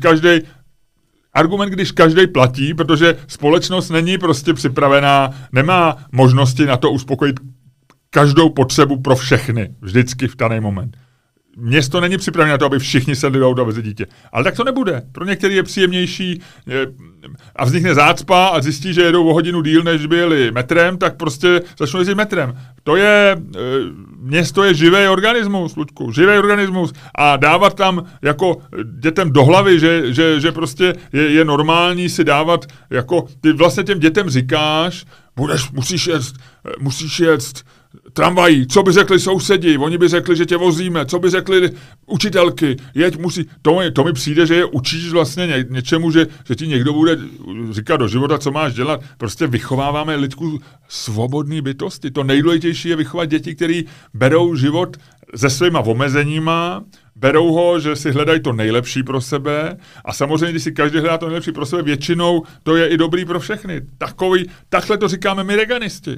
Když každý platí, protože společnost není prostě připravená, nemá možnosti na to uspokojit každou potřebu pro všechny, vždycky v daný moment. Město není připravené na to, aby všichni sedli do auta vezli dítě. Ale tak to nebude. Pro některý je příjemnější a vznikne zácpa a zjistí, že jedou o hodinu díl, než by jeli metrem, tak prostě začnou jezdit metrem. Město je živý organismus, Luďku, živý organismus a dávat tam jako dětem do hlavy, že prostě je normální si dávat, jako ty vlastně těm dětem říkáš, musíš jet tramvají, co by řekli sousedi, oni by řekli, že tě vozíme, co by řekli učitelky, jeď musí, to mi přijde, že je učíš vlastně něčemu, že ti někdo bude říkat do života, co máš dělat. Prostě vychováváme lidku svobodný bytosti. To nejdůležitější je vychovat děti, který berou život se svýma omezeníma, berou ho, že si hledají to nejlepší pro sebe a samozřejmě, když si každý hledá to nejlepší pro sebe, většinou to je i dobrý pro všechny. Takhle to říkáme my reganisti.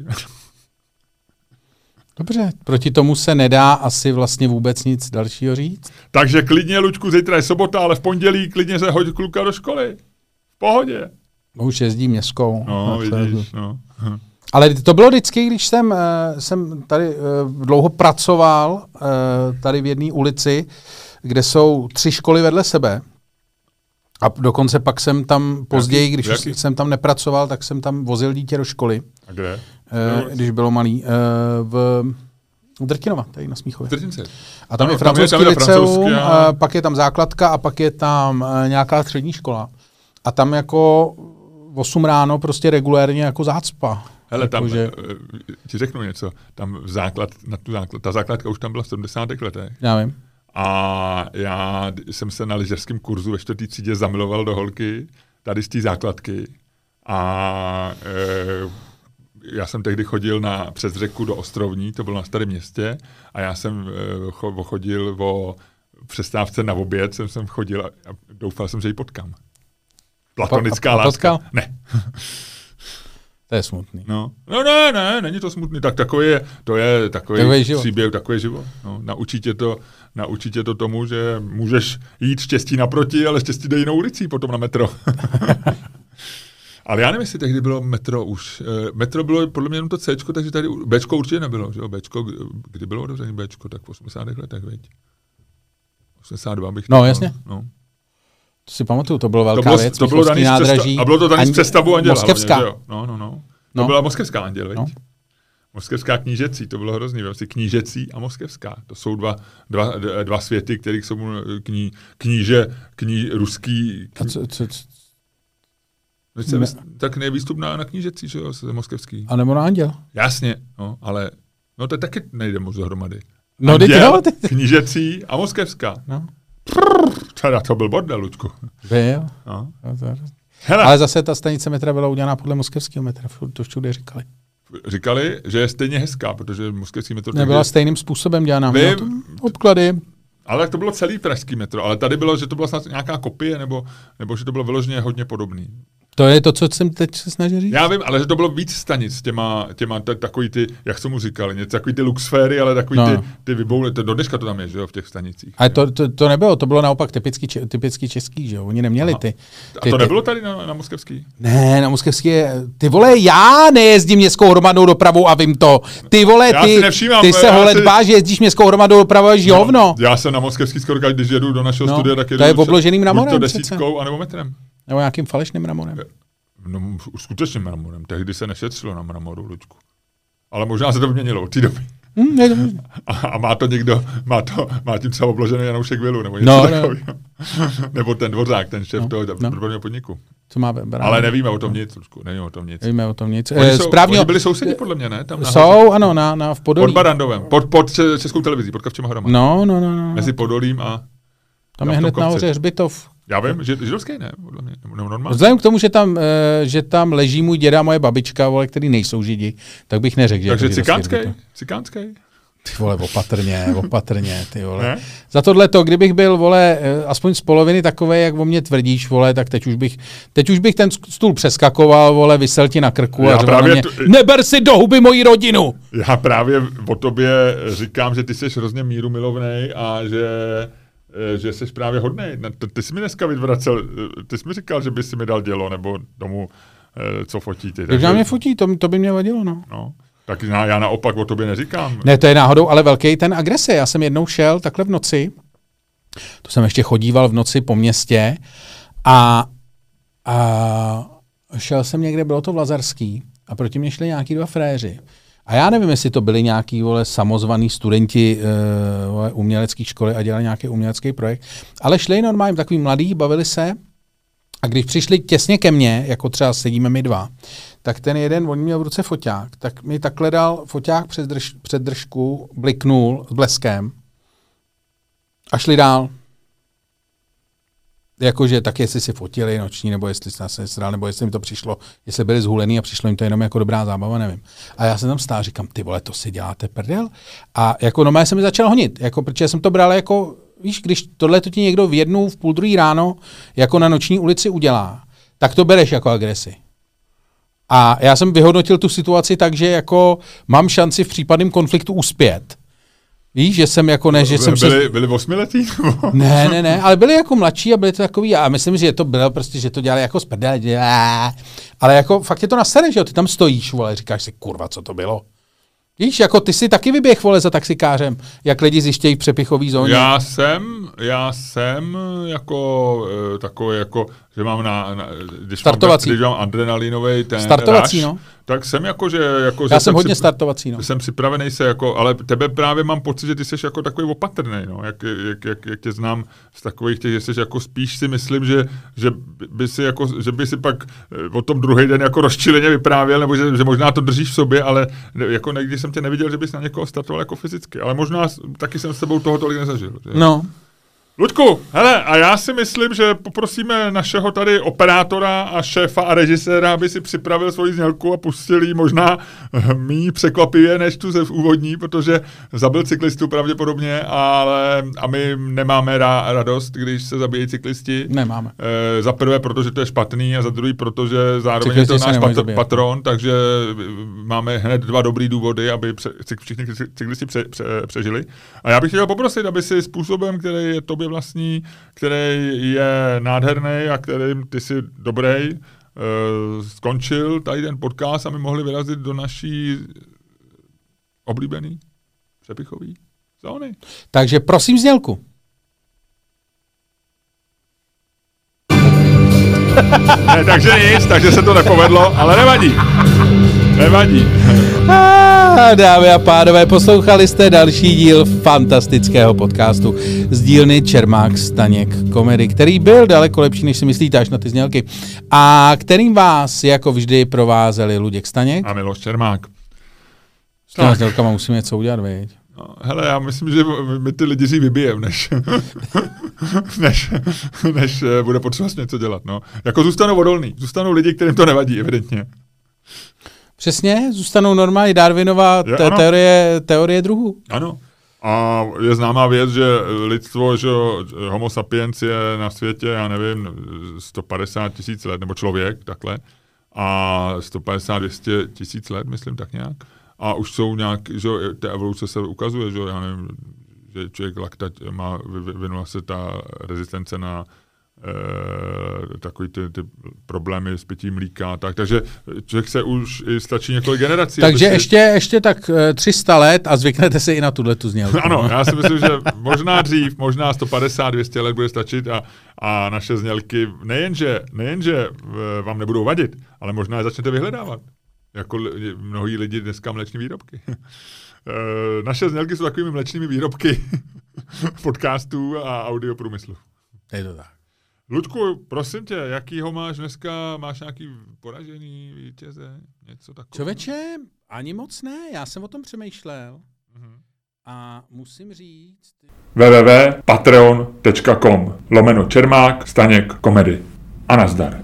Dobře, proti tomu se nedá asi vlastně vůbec nic dalšího říct. Takže klidně, Luďku, zítra je sobota, ale v pondělí klidně se hoď kluka do školy. V pohodě. Už jezdí městskou. No, vidíš, no. Ale to bylo vždycky, když jsem tady dlouho pracoval, tady v jedné ulici, kde jsou 3 školy vedle sebe. A dokonce pak jsem tam později, když jsem tam nepracoval, tak jsem tam vozil dítě do školy. A kde? Když bylo malý. V Drtinova, tady na Smíchově. Drtince. A tam je francouzský liceum, pak je tam základka a pak je tam nějaká střední škola. A tam jako 8 ráno prostě regulérně jako zácpa. Hele, tam ti řeknu něco. Tam ta základka už tam byla v 70. letech. Já vím. A já jsem se na lyžařském kurzu ve 4. třídě zamiloval do holky tady z té základky. A já jsem tehdy chodil přes řeku do Ostrovní, to bylo na Starém Městě, a já jsem chodil o přestávce na oběd, jsem chodil a doufal jsem, že ji potkám. Platonická láska. Ne. To je smutný. No, ne, není to smutný. Tak takový příběh, takový život. No, naučí tě to tomu, že můžeš jít štěstí naproti, ale štěstí jde jinou ulicí potom na metro. Ale já nevím, jestli tehdy bylo metro už. Metro bylo podle mě jenom to Cčko, takže tady Bčko určitě nebylo. Že jo? Bčko, kdy bylo otevřené Bčko, tak v 80. letech, veď. 82 bych... No, jasně. No. To si pamatuju, to bylo velká věc. To bylo daný nádraží. A bylo to daný z přestavu Anděla. Moskevská. Hlavně, no. To byla Moskevská Anděl, veď. No. Moskevská knížecí, to bylo hrozný. Vlastně knížecí a moskevská. To jsou dva světy, kterých jsou ruský... Tak nevýstup na knížecí, že jo, moskevský. A nebo na Anděl. Jasně, no, ale to taky nejde moc dohromady. No, Anděl, knížecí a moskevská. No. Teda to byl bordel, Luďku. Byl. No. Ale zase ta stanice metra byla udělaná podle moskevského metra, to všude říkali. Říkali, že je stejně hezká, protože moskevský metro... Nebyla stejným způsobem dělaná. Obklady. Ale to bylo celý pražský metro, ale tady bylo, že to byla snad nějaká kopie, nebo že to bylo vyloženě hodně podobný. To je to, co jsem teď se snažil říct? Já vím, ale že to bylo víc stanic, těma takový ty, jak jsem mu říkal, něco takový ty luxféry, ale takový ty vyboule, do dneška to tam je, že jo, v těch stanicích. Ale to nebylo, to bylo naopak typicky český, že jo, oni neměli ty. A to nebylo tady na moskevský? Ne, na moskevský je, ty vole, já nejezdím městskou hromadnou dopravou a vím to. Ty vole, ty se holedbáš, že jezdíš městskou hromadnou dopravou a žij hovno. Já jsem na moskevský skoro, když jedu do našeho studia, tak jedu to je obloženým mramorem, buď to desítkou, anebo metrem. Nebo nějakým falešným mramorem. No, skutečným mramorem. Tehdy se nešetřilo na mramoru, Luďku. Ale možná se to vyměnilo od té doby. A má to někdo, má tím třeba obložený Janoušek Vilu, nebo něco takového. Nebo ten Dvořák, ten šéf toho dopravního podniku. Co má ale nevíme o tom nic, Luďku, nevíme o tom nic. Nevíme o tom nic. Oni byli sousedi, podle mě, ne? Tam jsou, ano, v Podolí. Pod Barandovem, pod Českou televizí, pod Kavčema horama. No. Mezi Podolím a... Tam je hned nahoře hřbitov. Já vím, židovský ne, podle mě, nebo normálně. Vzhledem k tomu, že tam leží můj děda a moje babička, vole, který nejsou židi, tak bych neřekl, že takže cikánský? Ty vole, opatrně, ty vole. Ne? Za tohleto, kdybych byl, vole, aspoň z poloviny takové, jak o mě tvrdíš, vole, tak teď už bych ten stůl přeskakoval, vole, visel ti na krku a řval na mě, neber si do huby moji rodinu! Já právě o tobě říkám, že ty jsi hrozně mírumilovnej a že jsi právě hodnej. Ty jsi mi dneska vyvracel, ty jsi mi říkal, že bys si mi dal dělo, nebo tomu, co fotí ty. Takže mě fotí, to by mě vadilo, no. Tak já naopak o tobě neříkám. Ne, to je náhodou, ale velký ten agrese. Já jsem jednou šel takhle v noci, to jsem ještě chodíval v noci po městě a šel jsem někde, bylo to v Lazarský a proti mě šli nějaký 2 fréři. A já nevím, jestli to byli nějaký, vole, samozvaný studenti umělecké školy a dělali nějaký umělecký projekt, ale šli normálně takový mladí, bavili se a když přišli těsně ke mně, jako třeba sedíme my 2, tak ten jeden, on měl v ruce foťák, tak mi takhle dal foťák před držku, bliknul s bleskem a šli dál. Jakože tak jestli si fotili noční, nebo jestli se nesral, nebo jestli mi to přišlo, jestli byli zhulený a přišlo jim to jenom jako dobrá zábava, nevím. A já jsem tam stál, říkám, ty vole, to si děláte prdel? A jako normálně jsem mi začal honit, jako, protože jsem to bral jako, víš, když tohle to ti někdo v 1, v 2:30 ráno jako na noční ulici udělá, tak to bereš jako agresi. A já jsem vyhodnotil tu situaci tak, že jako mám šanci v případném konfliktu uspět. Víš, že jsem jako ne, že jsem byli 8letí? Ne, ale byli jako mladší a byli to takový, a myslím, že to bylo prostě, že to dělali jako z prdele, ale jako fakt je to nasere, že jo, ty tam stojíš, vole, říkáš si, kurva, co to bylo? Víš, jako ty si taky vyběh, vole, za taxikářem, jak lidi zjištějí v přepichový zóně. Já jsem jako takový, jako, že mám když mám adrenalinový ten startovací, rush, no. Tak jsem jako, že... Jako, já jsem hodně startovací, no. Jsem připravený se jako, ale tebe právě mám pocit, že ty jsi jako takový opatrný, no. Jak tě znám z takových těch, že jsi jako spíš si myslím, že by si pak o tom druhý den jako rozčileně vyprávěl, nebo že možná to držíš v sobě, ale jako někdy jsem tě neviděl, že bys na někoho startoval jako fyzicky, ale možná taky jsem s tebou toho tolik nezažil. Že? No. Luďku, hele, a já si myslím, že poprosíme našeho tady operátora a šéfa a režiséra, aby si připravil svoji znělku a pustil jí možná méně překvapivě než tu ze úvodní, protože zabil cyklistu pravděpodobně, a my nemáme radost, když se zabíjejí cyklisti. Nemáme. Za prvé, protože to je špatný, a za druhý, protože zároveň je to náš patron, takže máme hned 2 dobrý důvody, aby všichni cyklisti přežili. A já bych chtěl poprosit, aby si způsobem, který je tobě vlastní, který je nádherný a kterým ty jsi dobrý, skončil tady ten podcast a my mohli vyrazit do naší oblíbený přepichový zóny. Takže prosím znělku. Ne, takže nic, takže se to nepovedlo, ale nevadí. Dámy a pánové, poslouchali jste další díl fantastického podcastu z dílny Čermák Staněk Komedy, který byl daleko lepší, než si myslíte, až na ty znělky, a kterým vás jako vždy provázeli Luděk Staněk a Miloš Čermák. S těma znělkama musíme něco udělat, viď? No, hele, já myslím, že my ty lidi si vybijem, než bude potřeba něco dělat. No. Jako zůstanou odolní, zůstanou lidi, kterým to nevadí, evidentně. Přesně, zůstanou normální Darwinova teorie druhů. Ano. A je známá věc, že lidstvo, že homo sapiens je na světě, já nevím, 150 000 let, nebo člověk, takhle, a 150-200 000 let, myslím, tak nějak. A už jsou nějak, že ta evoluce se ukazuje, že já nevím, že člověk vyvinula se ta rezistence na takový ty problémy s pitím mlíka, takže člověk se už stačí několik generací. Takže ještě tak 300 let a zvyknete si i na tuhletu znělku. Ano, já si myslím, že možná dřív, možná 150-200 let bude stačit a naše znělky nejenže vám nebudou vadit, ale možná je začnete vyhledávat. Jako mnohí lidi dneska mléční výrobky. Naše znělky jsou takovými mléčnými výrobky podcastů a audioprůmyslu. Je to tak. Luďku, prosím tě, jakýho máš dneska? Máš nějaký poražený vítěze? Něco takového? Člověče, ani moc ne, já jsem o tom přemýšlel. A musím říct... www.patreon.com/Čermák Staněk Komedy. A nazdar.